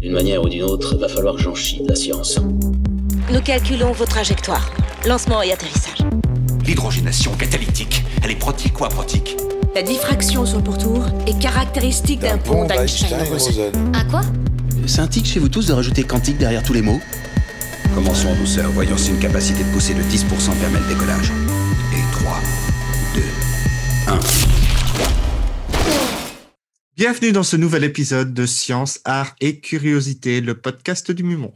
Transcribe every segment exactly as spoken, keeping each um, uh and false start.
D'une manière ou d'une autre, va falloir que j'en chie de la science. Nous calculons vos trajectoires. Lancement et atterrissage. L'hydrogénation catalytique, elle est protique ou aprotique? La diffraction sur le pourtour est caractéristique d'un pont d'Einstein-Rosen. Un quoi? C'est un tic chez vous tous de rajouter quantique derrière tous les mots? Commençons en douceur, voyons si une capacité de poussée de dix pour cent permet le décollage. Et trois, deux, un... Bienvenue dans ce nouvel épisode de Science, Art et Curiosité, le podcast du Mumons.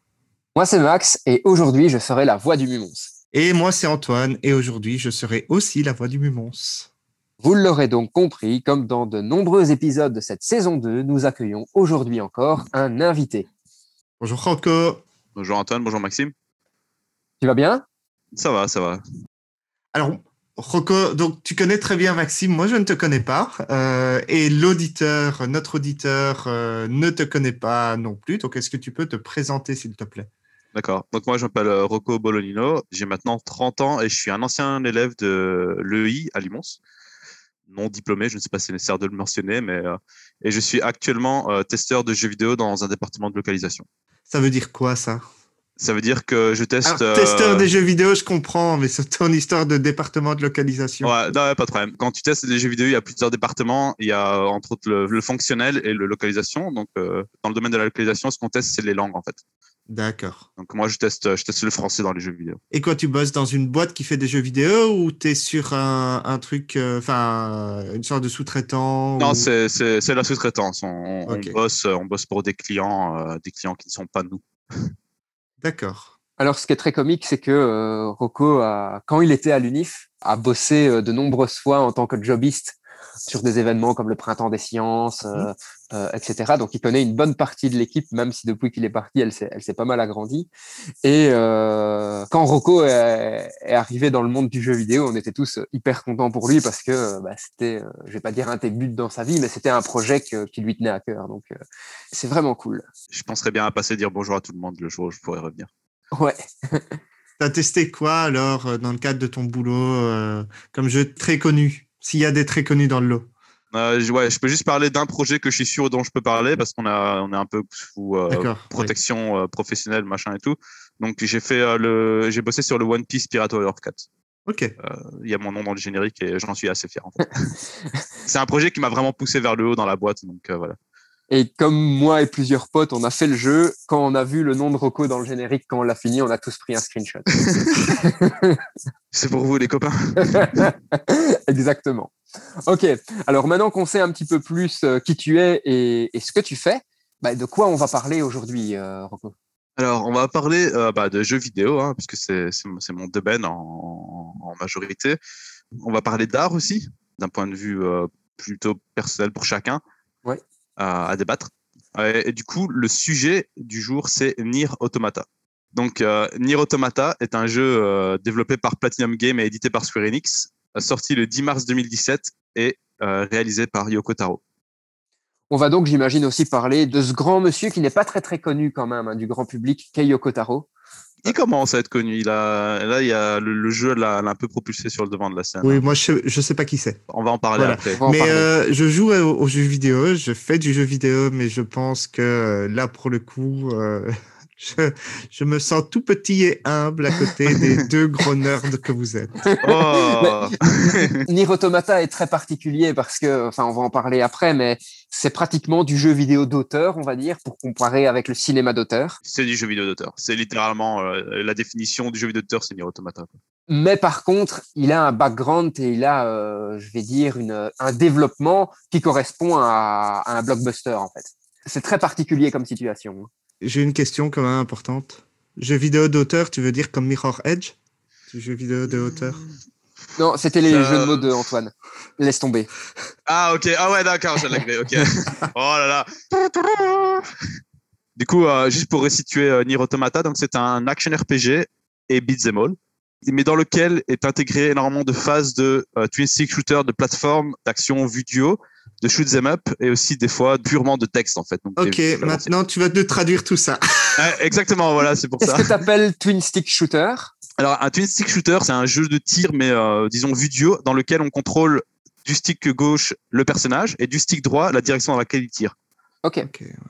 Moi c'est Max et aujourd'hui je serai la voix du Mumons. Et moi c'est Antoine et aujourd'hui je serai aussi la voix du Mumons. Vous l'aurez donc compris, comme dans de nombreux épisodes de cette saison deux, nous accueillons aujourd'hui encore un invité. Bonjour Rocco. Bonjour Antoine, bonjour Maxime. Tu vas bien? Ça va, ça va. Alors Rocco, donc tu connais très bien Maxime, moi je ne te connais pas euh, et l'auditeur, notre auditeur euh, ne te connaît pas non plus, donc est-ce que tu peux te présenter s'il te plaît? D'accord, donc moi je m'appelle Rocco Bolognino, j'ai maintenant trente ans et je suis un ancien élève de l'E I à Limons, non diplômé, je ne sais pas si c'est nécessaire de le mentionner, mais euh, et je suis actuellement euh, testeur de jeux vidéo dans un département de localisation. Ça veut dire quoi ça? Ça veut dire que je teste... Alors, testeur euh... des jeux vidéo, je comprends, mais c'est ton histoire de département de localisation. Ouais, non, pas de problème. Quand tu testes des jeux vidéo, il y a plusieurs départements. Il y a entre autres le, le fonctionnel et le localisation. Donc, euh, dans le domaine de la localisation, ce qu'on teste, c'est les langues, en fait. D'accord. Donc, moi, je teste, je teste le français dans les jeux vidéo. Et quoi, tu bosses dans une boîte qui fait des jeux vidéo ou tu es sur un, un truc, enfin, euh, une sorte de sous-traitant? Non, ou... c'est, c'est, c'est la sous-traitance. On, okay. on, bosse, on bosse pour des clients, euh, des clients qui ne sont pas nous. D'accord. Alors, ce qui est très comique, c'est que euh, Rocco, a, quand il était à l'Unif, a bossé euh, de nombreuses fois en tant que jobiste sur des événements comme le Printemps des Sciences, euh, euh, et cetera. Donc, il connaît une bonne partie de l'équipe, même si depuis qu'il est parti, elle s'est, elle s'est pas mal agrandie. Et euh, quand Rocco est, est arrivé dans le monde du jeu vidéo, on était tous hyper contents pour lui parce que bah, c'était, euh, je vais pas dire un des buts dans sa vie, mais c'était un projet que, qui lui tenait à cœur. Donc, euh, c'est vraiment cool. Je penserais bien à passer dire bonjour à tout le monde le jour où je pourrais revenir. Ouais. T'as testé quoi alors dans le cadre de ton boulot euh, comme jeu très connu, s'il y a des très connus dans le lot? Euh, ouais, je peux juste parler d'un projet que je suis sûr dont je peux parler parce qu'on a, on est un peu sous euh, protection oui. euh, professionnelle, machin et tout. Donc j'ai fait euh, le, j'ai bossé sur le One Piece Pirate Warrior quatre. Ok. Il euh, y a mon nom dans le générique et j'en suis assez fier en fait. C'est un projet qui m'a vraiment poussé vers le haut dans la boîte, donc euh, voilà. Et comme moi et plusieurs potes, on a fait le jeu. Quand on a vu le nom de Rocco dans le générique, quand on l'a fini, on a tous pris un screenshot. C'est pour vous, les copains. Exactement. Ok. Alors maintenant qu'on sait un petit peu plus qui tu es et, et ce que tu fais, bah, de quoi on va parler aujourd'hui, euh, Rocco? Alors, on va parler euh, bah, de jeux vidéo, hein, puisque c'est, c'est, c'est mon domaine en, en majorité. On va parler d'art aussi, d'un point de vue euh, plutôt personnel pour chacun. Ouais. À, à débattre. Et, et du coup, le sujet du jour, c'est Nier Automata. Donc, euh, Nier Automata est un jeu euh, développé par Platinum Games et édité par Square Enix, sorti le dix mars deux mille dix-sept et euh, réalisé par Yoko Taro. On va donc, j'imagine, aussi parler de ce grand monsieur qui n'est pas très très connu quand même, hein, du grand public, qu'est Yoko Taro. Il commence à être connu. Il a, là, il y a le, le jeu l'a, l'a un peu propulsé sur le devant de la scène. Oui, moi, je ne sais pas qui c'est. On va en parler voilà. après. Mais euh, je joue aux, aux jeux vidéo, je fais du jeu vidéo, mais je pense que là, pour le coup, euh, je, je me sens tout petit et humble à côté des deux gros nerds que vous êtes. Oh. Nier Automata est très particulier parce que, enfin, on va en parler après, mais c'est pratiquement du jeu vidéo d'auteur, on va dire, pour comparer avec le cinéma d'auteur. C'est du jeu vidéo d'auteur. C'est littéralement euh, la définition du jeu vidéo d'auteur, c'est Nier Automata. Mais par contre, il a un background et il a, euh, je vais dire, une, un développement qui correspond à, à un blockbuster, en fait. C'est très particulier comme situation. J'ai une question quand même importante. Jeu vidéo d'auteur, tu veux dire comme Mirror Edge? Du jeu vidéo d'auteur? Non, c'était les euh... jeux de mots de Antoine. Laisse tomber. Ah, ok. Ah ouais, d'accord, je l'ai ok. Oh là là. Du coup, euh, juste pour resituer euh, Nier Automata, donc c'est un action R P G et beat'em all, mais dans lequel est intégré énormément de phases de euh, twin stick shooter, de plateforme, d'action vue du haut, de shoot 'em up et aussi des fois purement de texte en fait. Donc, ok, des, maintenant tu vas te traduire tout ça. Ouais, exactement, voilà, c'est pour Qu'est-ce ça. Qu'est-ce que tu appelles twin stick shooter? Alors, un twin stick shooter, c'est un jeu de tir, mais euh, disons vue du haut, dans lequel on contrôle du stick gauche le personnage et du stick droit la direction dans laquelle il tire. Ok. okay.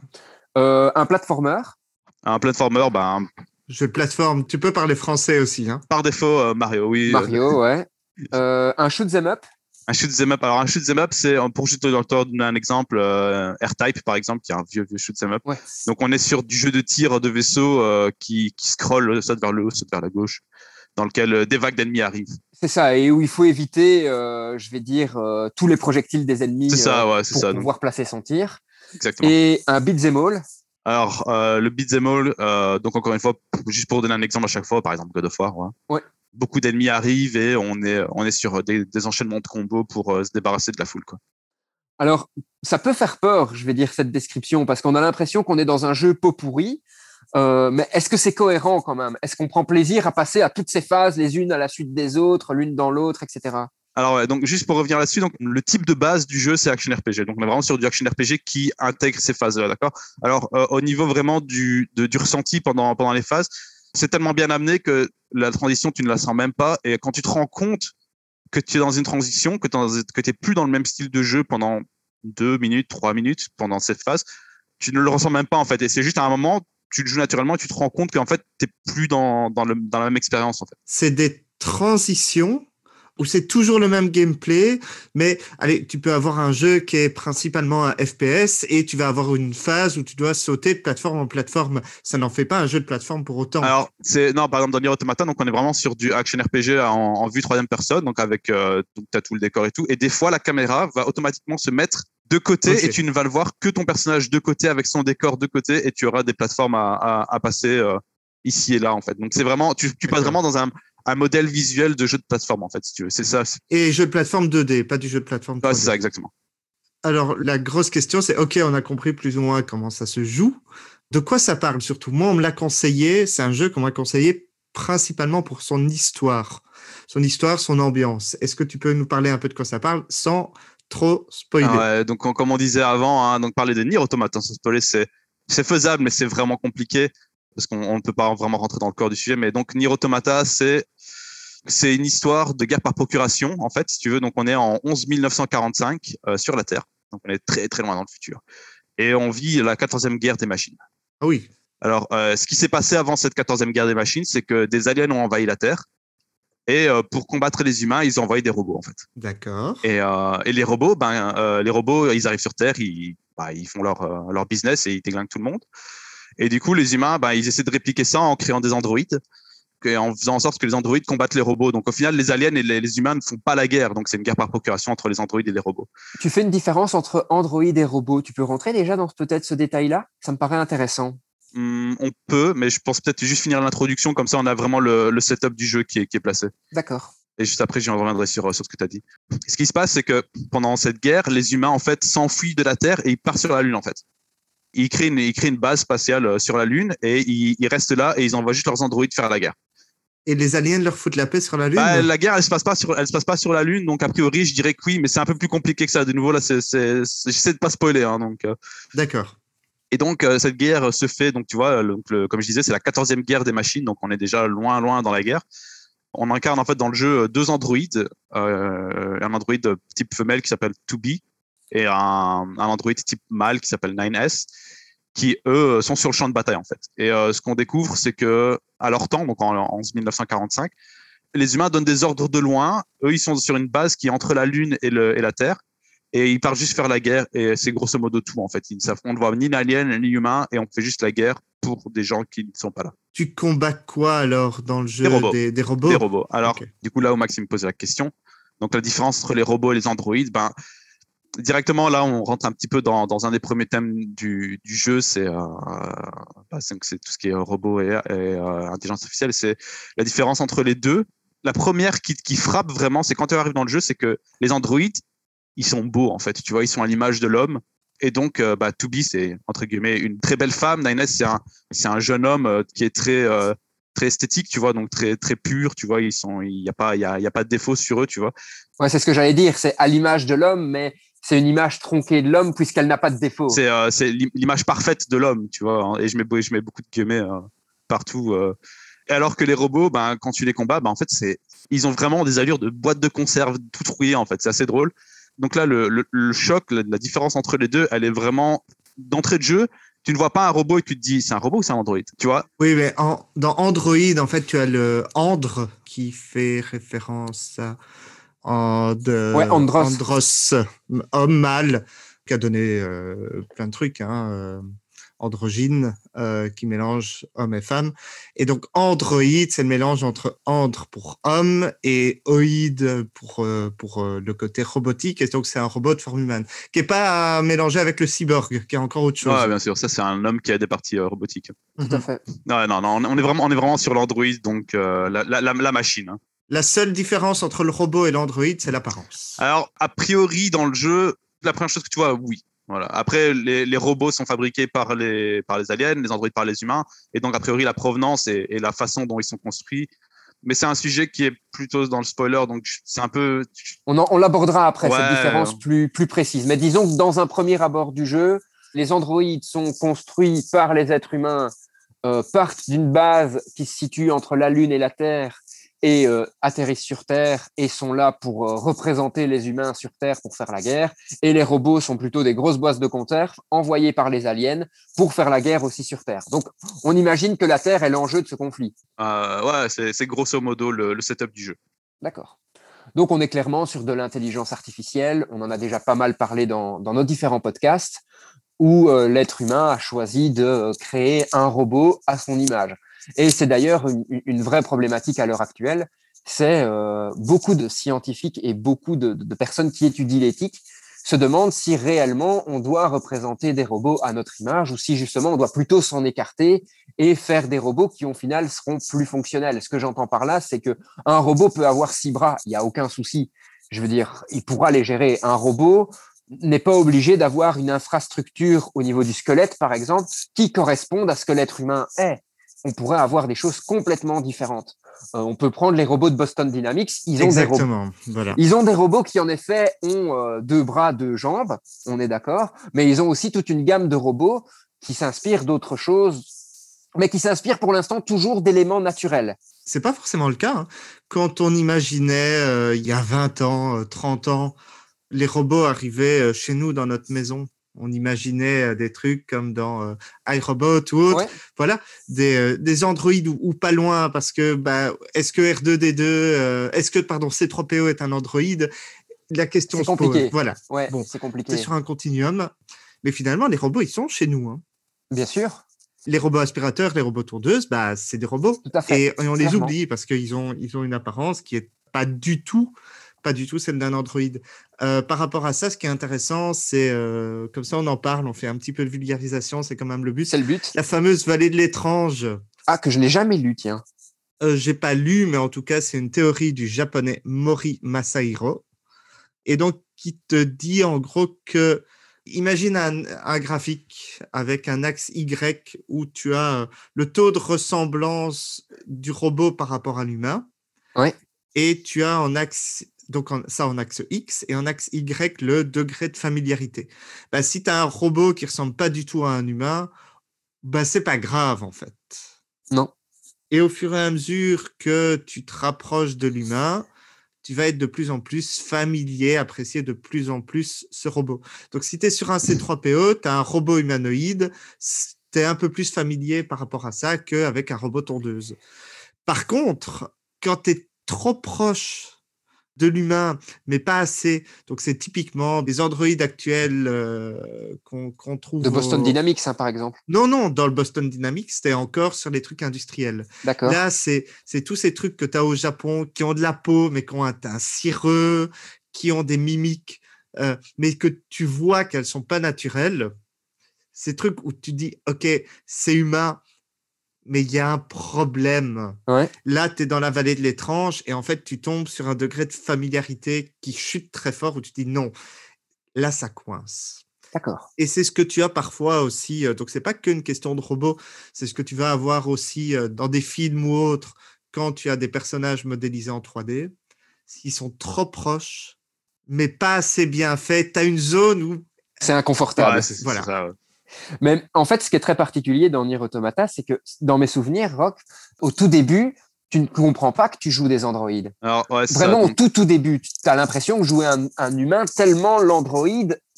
Euh, un platformer. Un platformer, ben, Jeu de plateforme, tu peux parler français aussi. Hein. par défaut, euh, Mario, oui. Mario, ouais. Euh, un shoot 'em up. Un shoot 'em up. Alors, un shoot 'em up, c'est, pour juste dans le temps donner un exemple, euh, R-Type, par exemple, qui est un vieux, vieux shoot 'em up. Ouais. Donc, on est sur du jeu de tir de vaisseau euh, qui, qui scrolle, soit vers le haut, soit vers la gauche, dans lequel euh, des vagues d'ennemis arrivent. C'est ça, et où il faut éviter, euh, je vais dire, euh, tous les projectiles des ennemis C'est ça, euh, ouais, c'est pour ça. pouvoir donc placer son tir. Exactement. Et un beat'em all. Alors, euh, le beat'em all, euh, donc encore une fois, juste pour donner un exemple à chaque fois, par exemple God of War, ouais. Ouais. Beaucoup d'ennemis arrivent et on est, on est sur des, des enchaînements de combos pour euh, se débarrasser de la foule, quoi. Alors, ça peut faire peur, je vais dire, cette description, parce qu'on a l'impression qu'on est dans un jeu pot pourri. Euh, mais est-ce que c'est cohérent quand même? Est-ce qu'on prend plaisir à passer à toutes ces phases, les unes à la suite des autres, l'une dans l'autre, et cetera? Alors, ouais, donc juste pour revenir là-dessus, donc le type de base du jeu, c'est action R P G. Donc, on est vraiment sur du action R P G qui intègre ces phases-là, d'accord? Alors, euh, au niveau vraiment du, de, du ressenti pendant, pendant les phases, c'est tellement bien amené que la transition, tu ne la sens même pas. Et quand tu te rends compte que tu es dans une transition, que tu n'es plus dans le même style de jeu pendant deux minutes, trois minutes, pendant cette phase, tu ne le ressens même pas, en fait. Et c'est juste à un moment, tu le joues naturellement et tu te rends compte qu'en fait, tu n'es plus dans, dans, le, dans la même expérience, en fait. C'est des transitions où c'est toujours le même gameplay, mais allez, tu peux avoir un jeu qui est principalement un F P S et tu vas avoir une phase où tu dois sauter de plateforme en plateforme. Ça n'en fait pas un jeu de plateforme pour autant. Alors, c'est, non, par exemple, dans Nier Automata, donc on est vraiment sur du action R P G en, en vue troisième personne, donc avec, euh, donc t'as tout le décor et tout, et des fois, la caméra va automatiquement se mettre de côté okay. et tu ne vas le voir que ton personnage de côté avec son décor de côté et tu auras des plateformes à, à, à passer euh, ici et là, en fait. Donc, c'est vraiment, tu, tu passes vraiment dans un, un modèle visuel de jeu de plateforme, en fait, si tu veux. C'est ça. C'est... Et jeu de plateforme deux D, pas du jeu de plateforme trois D. Ah, c'est ça, exactement. Alors, la grosse question, c'est, OK, on a compris plus ou moins comment ça se joue. De quoi ça parle, surtout? Moi, on me l'a conseillé. C'est un jeu qu'on m'a conseillé principalement pour son histoire. Son histoire, son ambiance. Est-ce que tu peux nous parler un peu de quoi ça parle sans trop spoiler? Ah ouais, donc, on, comme on disait avant, hein, donc parler de Nier Automata sans spoiler, c'est, c'est faisable, mais c'est vraiment compliqué parce qu'on ne peut pas vraiment rentrer dans le corps du sujet. Mais donc, Nier Automata, c'est, c'est une histoire de guerre par procuration, en fait, si tu veux. Donc, on est en onze mille neuf cent quarante-cinq euh, sur la Terre. Donc, on est très, très loin dans le futur. Et on vit la quatorzième guerre des machines. Ah oui. Alors, euh, ce qui s'est passé avant cette quatorzième guerre des machines, c'est que des aliens ont envahi la Terre. Et euh, pour combattre les humains, ils ont envoyé des robots, en fait. D'accord. Et, euh, et les robots, ben, euh, les robots, ils arrivent sur Terre, ils, bah, ils font leur, euh, leur business et ils déglinguent tout le monde. Et du coup, les humains, ben, ils essaient de répliquer ça en créant des androïdes, et en faisant en sorte que les androïdes combattent les robots. Donc, au final, les aliens et les, les humains ne font pas la guerre. Donc, c'est une guerre par procuration entre les androïdes et les robots. Tu fais une différence entre androïdes et robots. Tu peux rentrer déjà dans peut-être ce détail-là? Ça me paraît intéressant. Hum, on peut, mais je pense peut-être juste finir l'introduction. Comme ça, on a vraiment le, le setup du jeu qui est, qui est placé. D'accord. Et juste après, j'y reviendrai sur, sur ce que tu as dit. Ce qui se passe, c'est que pendant cette guerre, les humains, en fait, s'enfuient de la Terre et ils partent sur la Lune, en fait. Ils créent une, ils créent une base spatiale sur la Lune et ils, ils restent là et ils envoient juste leurs androïdes faire la guerre. Et les aliens leur foutent la paix sur la Lune? Bah, la guerre, elle se passe pas sur, elle se passe pas sur la Lune, donc a priori, je dirais que oui, mais c'est un peu plus compliqué que ça. De nouveau, là, c'est, c'est, c'est j'essaie de pas spoiler, hein, donc. Euh. D'accord. Et donc, euh, cette guerre se fait, donc tu vois, le, le, comme je disais, c'est la quatorzième guerre des machines, donc on est déjà loin, loin dans la guerre. On incarne en fait dans le jeu deux androïdes, euh, un androïde type femelle qui s'appelle two B et un, un androïde type mâle qui s'appelle nine S, qui eux sont sur le champ de bataille en fait. Et euh, ce qu'on découvre, c'est que à leur temps, donc en onze mille neuf cent quarante-cinq, les humains donnent des ordres de loin. Eux, ils sont sur une base qui est entre la Lune et, le, et la Terre, et ils partent juste faire la guerre. Et c'est grosso modo tout en fait. Ils ne s'affrontent ni l'alien ni l'humain, et on fait juste la guerre pour des gens qui ne sont pas là. Tu combats quoi alors dans le jeu? Des robots. Des, des robots. Des robots. Alors, okay. Du coup, là où Maxime posait la question, donc la différence entre les robots et les androïdes, ben, directement là, on rentre un petit peu dans, dans un des premiers thèmes du, du jeu, c'est, euh, bah, c'est, c'est tout ce qui est robot et, et euh, intelligence artificielle. C'est la différence entre les deux. La première qui, qui frappe vraiment, c'est quand tu arrives dans le jeu, c'est que les androïdes, ils sont beaux en fait. Tu vois, ils sont à l'image de l'homme. Et donc, euh, bah, two B, c'est entre guillemets une très belle femme. nine S, c'est un, c'est un jeune homme euh, qui est très, euh, très esthétique, tu vois, donc très, très pur. Tu vois, ils sont, il y a pas, il y a, il y a pas de défaut sur eux, tu vois. Ouais, c'est ce que j'allais dire. C'est à l'image de l'homme, mais c'est une image tronquée de l'homme puisqu'elle n'a pas de défaut. C'est, euh, c'est l'image parfaite de l'homme, tu vois. Et je mets, je mets beaucoup de guillemets euh, partout. Euh. Et alors que les robots, ben, quand tu les combats, ben, en fait, c'est, ils ont vraiment des allures de boîte de conserve tout rouillées, en fait. C'est assez drôle. Donc là, le, le, le choc, la, la différence entre les deux, elle est vraiment d'entrée de jeu. Tu ne vois pas un robot et tu te dis, c'est un robot ou c'est un androïde, tu vois? Oui, mais en, dans Android, en fait, tu as le Andre qui fait référence à And, Ouais, Andros. Andros, homme mâle, qui a donné euh, plein de trucs, hein, euh, androgyne, euh, qui mélange homme et femme. Et donc, androïde, c'est le mélange entre andre pour homme et oïde pour, euh, pour euh, le côté robotique. Et donc, c'est un robot de forme humaine, qui n'est pas à mélanger avec le cyborg, qui est encore autre chose. Ouais, bien sûr. Ça, c'est un homme qui a des parties euh, robotiques. Tout à fait. Non, non, non. On est vraiment, on est vraiment sur l'androïde, donc euh, la, la, la, la machine. Hein. La seule différence entre le robot et l'androïde, c'est l'apparence. Alors, a priori, dans le jeu, la première chose que tu vois, oui. Voilà. Après, les, les robots sont fabriqués par les, par les aliens, les androïdes par les humains. Et donc, a priori, la provenance et, et la façon dont ils sont construits. Mais c'est un sujet qui est plutôt dans le spoiler, donc c'est un peu... On, en, on l'abordera après, ouais. cette différence plus, plus précise. Mais disons que dans un premier abord du jeu, les androïdes sont construits par les êtres humains, euh, partent d'une base qui se situe entre la Lune et la Terre, et euh, atterrissent sur Terre et sont là pour euh, représenter les humains sur Terre pour faire la guerre. Et les robots sont plutôt des grosses boîtes de conserve envoyées par les aliens pour faire la guerre aussi sur Terre. Donc, on imagine que la Terre est l'enjeu de ce conflit. Euh, ouais, c'est, c'est grosso modo le, le setup du jeu. D'accord. Donc, on est clairement sur de l'intelligence artificielle. On en a déjà pas mal parlé dans, dans nos différents podcasts où euh, l'être humain a choisi de créer un robot à son image. Et c'est d'ailleurs une, une vraie problématique à l'heure actuelle. C'est euh, beaucoup de scientifiques et beaucoup de, de personnes qui étudient l'éthique se demandent si réellement on doit représenter des robots à notre image ou si justement on doit plutôt s'en écarter et faire des robots qui au final seront plus fonctionnels. Ce que j'entends par là, c'est que un robot peut avoir six bras, il n'y a aucun souci. Je veux dire, il pourra les gérer. Un robot n'est pas obligé d'avoir une infrastructure au niveau du squelette, par exemple, qui corresponde à ce que l'être humain est. On pourrait avoir des choses complètement différentes. Euh, on peut prendre les robots de Boston Dynamics. Ils ont Exactement. Des robots, voilà. Ils ont des robots qui, en effet, ont euh, deux bras, deux jambes. On est d'accord. Mais ils ont aussi toute une gamme de robots qui s'inspirent d'autres choses, mais qui s'inspirent pour l'instant toujours d'éléments naturels. C'est pas forcément le cas. Hein. Quand on imaginait, euh, il y a vingt ans, euh, trente ans, les robots arrivaient euh, chez nous dans notre maison. On imaginait euh, des trucs comme dans euh, iRobot ou autre. Ouais. Voilà, des, euh, des androïdes ou, ou pas loin, parce que bah, est-ce que R deux D deux, euh, est-ce que pardon, C trois P O est un androïde? La question c'est se compliqué. pose. Voilà. Ouais, bon, c'est compliqué. C'est sur un continuum. Mais finalement, les robots, ils sont chez nous. Hein. Bien sûr. Les robots aspirateurs, les robots tondeuses, bah, c'est des robots. Tout à fait. Et, et on Clairement. les oublie parce qu'ils ont, ils ont une apparence qui est pas du tout pas du tout celle d'un Android. Euh, par rapport à ça, ce qui est intéressant, c'est euh, comme ça on en parle, on fait un petit peu de vulgarisation, c'est quand même le but. C'est le but. La fameuse vallée de l'étrange. Ah, que je n'ai jamais lu, tiens. Euh, j'ai pas lu, mais en tout cas, c'est une théorie du japonais Mori Masahiro. Et donc, qui te dit en gros que, imagine un, un graphique avec un axe Y où tu as le taux de ressemblance du robot par rapport à l'humain. Oui. Et tu as en axe donc en, ça en axe X et en axe Y le degré de familiarité. Bah, si tu as un robot qui ressemble pas du tout à un humain, bah, c'est pas grave en fait. Non. Et au fur et à mesure que tu te rapproches de l'humain, tu vas être de plus en plus familier, apprécier de plus en plus ce robot. Donc si tu es sur un C trois P O, tu as un robot humanoïde, tu es un peu plus familier par rapport à ça qu'avec un robot tondeuse. Par contre, quand tu es trop proche de l'humain, mais pas assez. Donc, c'est typiquement des androïdes actuels euh, qu'on, qu'on trouve... De Boston au... Dynamics, hein, par exemple. Non, non, dans le Boston Dynamics, c'était encore sur les trucs industriels. D'accord. Là, c'est, c'est tous ces trucs que tu as au Japon, qui ont de la peau, mais qui ont un teint cireux, qui ont des mimiques, euh, mais que tu vois qu'elles sont pas naturelles. Ces trucs où tu dis, OK, c'est humain, mais il y a un problème. Ouais. Là, tu es dans la vallée de l'étrange et en fait, tu tombes sur un degré de familiarité qui chute très fort où tu dis non, là, ça coince. D'accord. Et c'est ce que tu as parfois aussi. Donc, c'est pas qu'une question de robot, c'est ce que tu vas avoir aussi dans des films ou autres quand tu as des personnages modélisés en trois D. S'ils sont trop proches, mais pas assez bien faits, tu as une zone où... C'est inconfortable. Ouais, c'est, voilà. c'est ça, ouais. Mais en fait, ce qui est très particulier dans Nier Automata, c'est que dans mes souvenirs, Rock, au tout début, tu ne comprends pas que tu joues des androïdes. Alors, ouais, c'est Vraiment, ça, au donc... tout, tout début, tu as l'impression de jouer un, un humain tellement l'androïde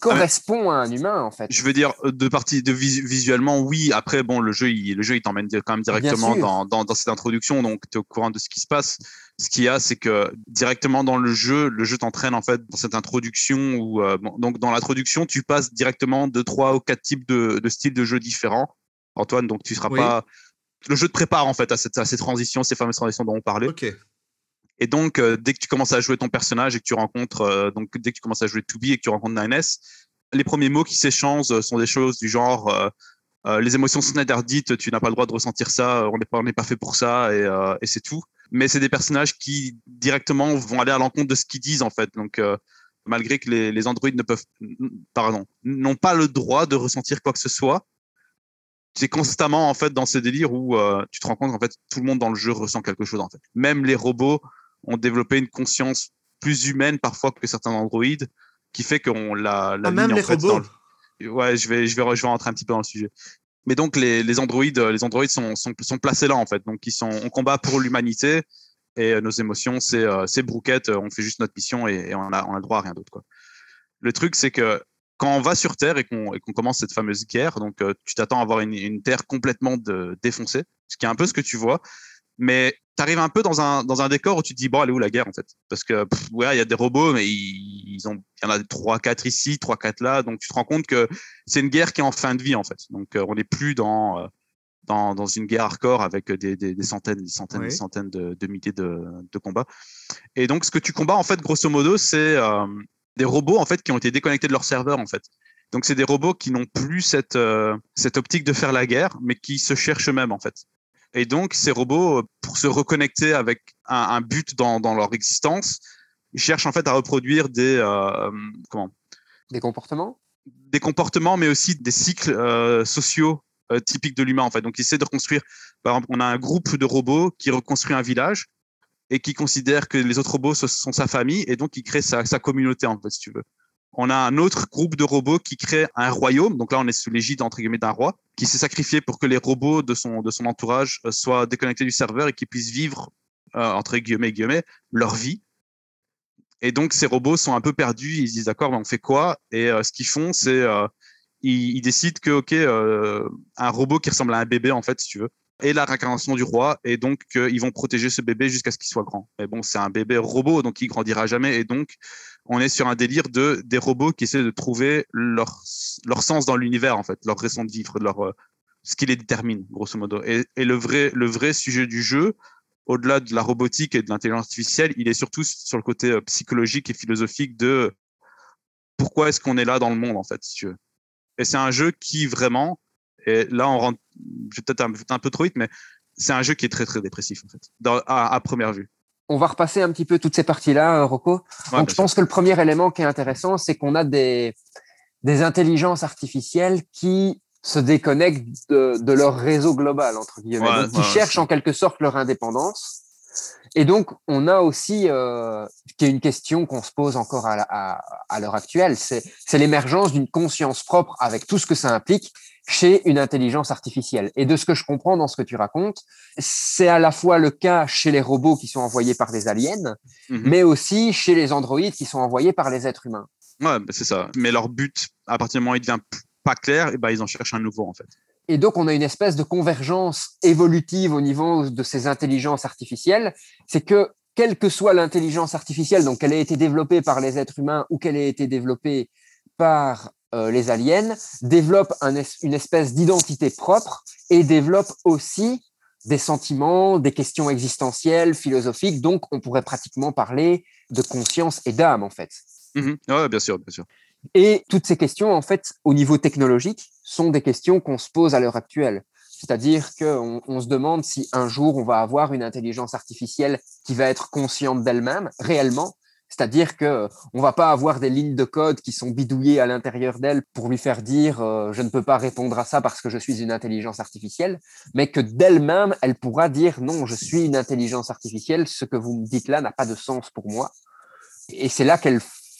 correspond à un humain, en fait. Je veux dire, de partie de visu- visuellement, oui. Après, bon, le jeu, il, le jeu, il t'emmène quand même directement dans, dans, dans cette introduction, donc tu es au courant de ce qui se passe. Ce qu'il y a, c'est que directement dans le jeu, le jeu t'entraîne en fait dans cette introduction où, euh, bon, donc dans l'introduction, tu passes directement de trois ou quatre types de, de styles de jeux différents. Antoine, donc tu seras Oui. pas. Le jeu te prépare en fait à, cette, à ces transitions, ces fameuses transitions dont on parlait. Ok. Et donc, euh, dès que tu commences à jouer ton personnage et que tu rencontres, euh, donc dès que tu commences à jouer deux B et que tu rencontres nine S, les premiers mots qui s'échangent sont des choses du genre euh, euh, les émotions sont interdites, tu n'as pas le droit de ressentir ça, on n'est pas, on n'est pas fait pour ça, et, euh, et c'est tout. Mais c'est des personnages qui directement vont aller à l'encontre de ce qu'ils disent en fait. Donc, euh, malgré que les, les androïdes ne peuvent, pardon, n'ont pas le droit de ressentir quoi que ce soit, c'est constamment en fait dans ce délire où euh, tu te rends compte qu'en fait tout le monde dans le jeu ressent quelque chose en fait. Même les robots ont développé une conscience plus humaine parfois que certains androïdes, qui fait qu'on la, la Ah, ligne même en les fait robots. dans le... Ouais, je vais, je vais, je vais rentrer un petit peu dans le sujet. Mais donc les, les androïdes, les androïdes sont, sont, sont placés là en fait. Donc ils sont, on combat pour l'humanité et euh, nos émotions, c'est, euh, c'est brouquette. On fait juste notre mission et, et on a, on a le droit à rien d'autre quoi. Le truc, c'est que quand on va sur Terre et qu'on, et qu'on commence cette fameuse guerre, donc euh, tu t'attends à avoir une, une Terre complètement de, défoncée, ce qui est un peu ce que tu vois, mais tu arrives un peu dans un, dans un décor où tu te dis, bon, elle est où la guerre en fait? Parce que, pff, ouais, il y a des robots, mais ils, ils ont, il y en a trois, quatre ici, trois, quatre là, donc tu te rends compte que c'est une guerre qui est en fin de vie en fait. Donc euh, on n'est plus dans, euh, dans, dans une guerre hardcore avec des, des, des centaines, des centaines, Oui. des centaines de, de milliers de, de combats. Et donc ce que tu combats en fait, grosso modo, c'est euh, des robots en fait qui ont été déconnectés de leur serveur en fait. Donc c'est des robots qui n'ont plus cette euh, cette optique de faire la guerre, mais qui se cherchent eux-mêmes en fait. Et donc ces robots, pour se reconnecter avec un, un but dans dans leur existence, ils cherchent en fait à reproduire des euh, comment Des comportements? des comportements, mais aussi des cycles euh, sociaux euh, typiques de l'humain en fait. Donc ils essaient de reconstruire. Par exemple, on a un groupe de robots qui reconstruit un village et qui considère que les autres robots ce sont sa famille et donc il crée sa, sa communauté en fait, si tu veux. On a un autre groupe de robots qui crée un royaume, donc là on est sous l'égide entre guillemets d'un roi, qui s'est sacrifié pour que les robots de son de son entourage euh, soient déconnectés du serveur et qu'ils puissent vivre euh, entre guillemets guillemets leur vie. Et donc ces robots sont un peu perdus, ils se disent d'accord, mais on fait quoi? Et euh, ce qu'ils font, c'est euh, ils, ils décident que ok, euh, un robot qui ressemble à un bébé en fait, si tu veux, est la réincarnation du roi, et donc euh, ils vont protéger ce bébé jusqu'à ce qu'il soit grand. Mais bon, c'est un bébé robot, donc il grandira jamais, et donc on est sur un délire de des robots qui essaient de trouver leur leur sens dans l'univers en fait, leur raison de vivre, leur euh, ce qui les détermine grosso modo. Et, et le vrai le vrai sujet du jeu, au-delà de la robotique et de l'intelligence artificielle, il est surtout sur le côté euh, psychologique et philosophique de pourquoi est-ce qu'on est là dans le monde en fait, si tu veux. Et c'est un jeu qui vraiment, et là on rentre, je vais peut-être un, un peu trop vite, mais c'est un jeu qui est très très dépressif en fait, dans, à, à première vue. On va repasser un petit peu toutes ces parties-là, Rocco. Ouais, Donc, je pense que le premier élément qui est intéressant, c'est qu'on a des, des intelligences artificielles qui se déconnectent de, de leur réseau global, entre guillemets, Ouais, donc qui ouais, cherchent ouais. en quelque sorte leur indépendance. Et donc, on a aussi, euh, qui est une question qu'on se pose encore à, la, à, à l'heure actuelle, c'est, c'est l'émergence d'une conscience propre avec tout ce que ça implique chez une intelligence artificielle. Et de ce que je comprends dans ce que tu racontes, c'est à la fois le cas chez les robots qui sont envoyés par des aliens, Mm-hmm. mais aussi chez les androïdes qui sont envoyés par les êtres humains. Ouais, bah, c'est ça. Mais leur but, à partir du moment où il devient pas clair, et ben ils en cherchent un nouveau en fait. Et donc, on a une espèce de convergence évolutive au niveau de ces intelligences artificielles. C'est que, quelle que soit l'intelligence artificielle, donc qu'elle ait été développée par les êtres humains ou qu'elle ait été développée par euh, les aliens, développe un es- une espèce d'identité propre et développe aussi des sentiments, des questions existentielles, philosophiques. Donc, on pourrait pratiquement parler de conscience et d'âme, en fait. Mm-hmm. Ouais, bien sûr, bien sûr. Et toutes ces questions, en fait, au niveau technologique, sont des questions qu'on se pose à l'heure actuelle. C'est-à-dire qu'on on se demande si un jour on va avoir une intelligence artificielle qui va être consciente d'elle-même, réellement. C'est-à-dire qu'on ne va pas avoir des lignes de code qui sont bidouillées à l'intérieur d'elle pour lui faire dire euh, « je ne peux pas répondre à ça parce que je suis une intelligence artificielle », mais que d'elle-même, elle pourra dire « non, je suis une intelligence artificielle, ce que vous me dites là n'a pas de sens pour moi ». Et c'est là qu'elle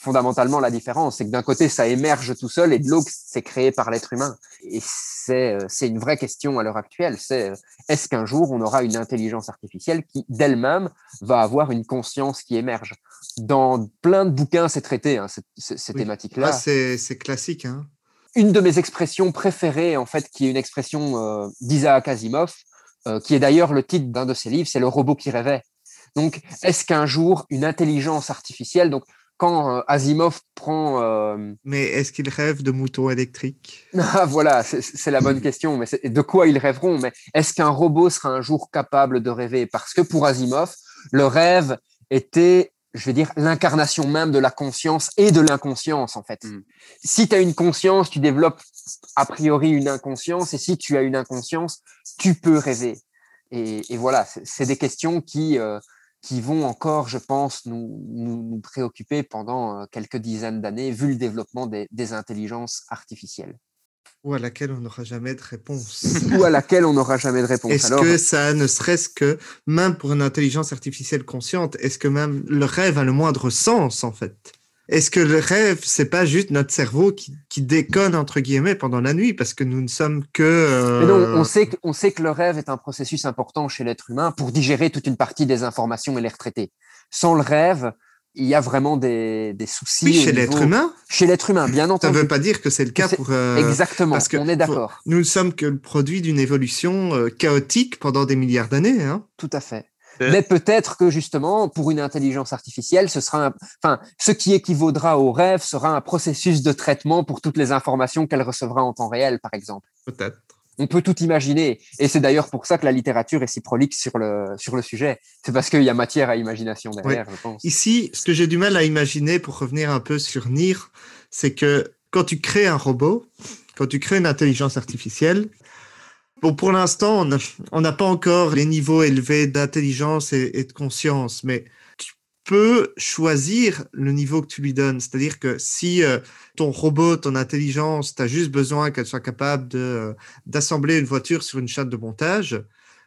fondamentalement la différence. C'est que d'un côté, ça émerge tout seul et de l'autre, c'est créé par l'être humain. Et c'est, c'est une vraie question à l'heure actuelle. C'est est-ce qu'un jour, on aura une intelligence artificielle qui, d'elle-même, va avoir une conscience qui émerge? Dans plein de bouquins, c'est traité, hein, cette, ces Oui. thématiques-là. Ah, c'est, c'est classique. Hein. Une de mes expressions préférées, en fait, qui est une expression euh, d'Isaac Asimov, euh, qui est d'ailleurs le titre d'un de ses livres, c'est Le robot qui rêvait. Donc, est-ce qu'un jour, une intelligence artificielle, donc quand euh, Asimov prend... Euh... Mais est-ce qu'il rêve de moutons électriques? Ah, voilà, c'est, c'est la bonne question. Mais c'est, de quoi ils rêveront? Mais est-ce qu'un robot sera un jour capable de rêver? Parce que pour Asimov, le rêve était, je vais dire, l'incarnation même de la conscience et de l'inconscience, en fait. Mm. Si tu as une conscience, tu développes a priori une inconscience. Et si tu as une inconscience, tu peux rêver. Et, et voilà, c'est, c'est des questions qui... Euh, qui vont encore, je pense, nous, nous, nous préoccuper pendant quelques dizaines d'années, vu le développement des, des intelligences artificielles. Ou à laquelle on n'aura jamais de réponse. Ou à laquelle on n'aura jamais de réponse. Est-ce Alors... que ça, ne serait-ce que, même pour une intelligence artificielle consciente, est-ce que même le rêve a le moindre sens, en fait? Est-ce que le rêve, c'est pas juste notre cerveau qui, qui déconne, entre guillemets, pendant la nuit, parce que nous ne sommes que... Euh... Mais non, on sait, que, on sait que le rêve est un processus important chez l'être humain pour digérer toute une partie des informations et les retraiter. Sans le rêve, il y a vraiment des, des soucis. Oui, chez au l'être niveau... humain. Chez l'être humain, bien entendu. Ça ne veut pas dire que c'est le cas c'est... pour... Euh... Exactement, parce que on est d'accord. Pour... Nous ne sommes que le produit d'une évolution euh, chaotique pendant des milliards d'années. Hein. Tout à fait. Mais peut-être que justement, pour une intelligence artificielle, ce sera, un... enfin, ce qui équivaudra au rêve sera un processus de traitement pour toutes les informations qu'elle recevra en temps réel, par exemple. Peut-être. On peut tout imaginer, et c'est d'ailleurs pour ça que la littérature est si prolixe sur le sur le sujet. C'est parce qu'il y a matière à imagination derrière, oui. je pense. Ici, ce que j'ai du mal à imaginer, pour revenir un peu sur Nier, c'est que quand tu crées un robot, quand tu crées une intelligence artificielle. Bon, pour l'instant, on n'a pas encore les niveaux élevés d'intelligence et, et de conscience, mais tu peux choisir le niveau que tu lui donnes. C'est-à-dire que si euh, ton robot, ton intelligence, tu as juste besoin qu'elle soit capable de, euh, d'assembler une voiture sur une chaîne de montage,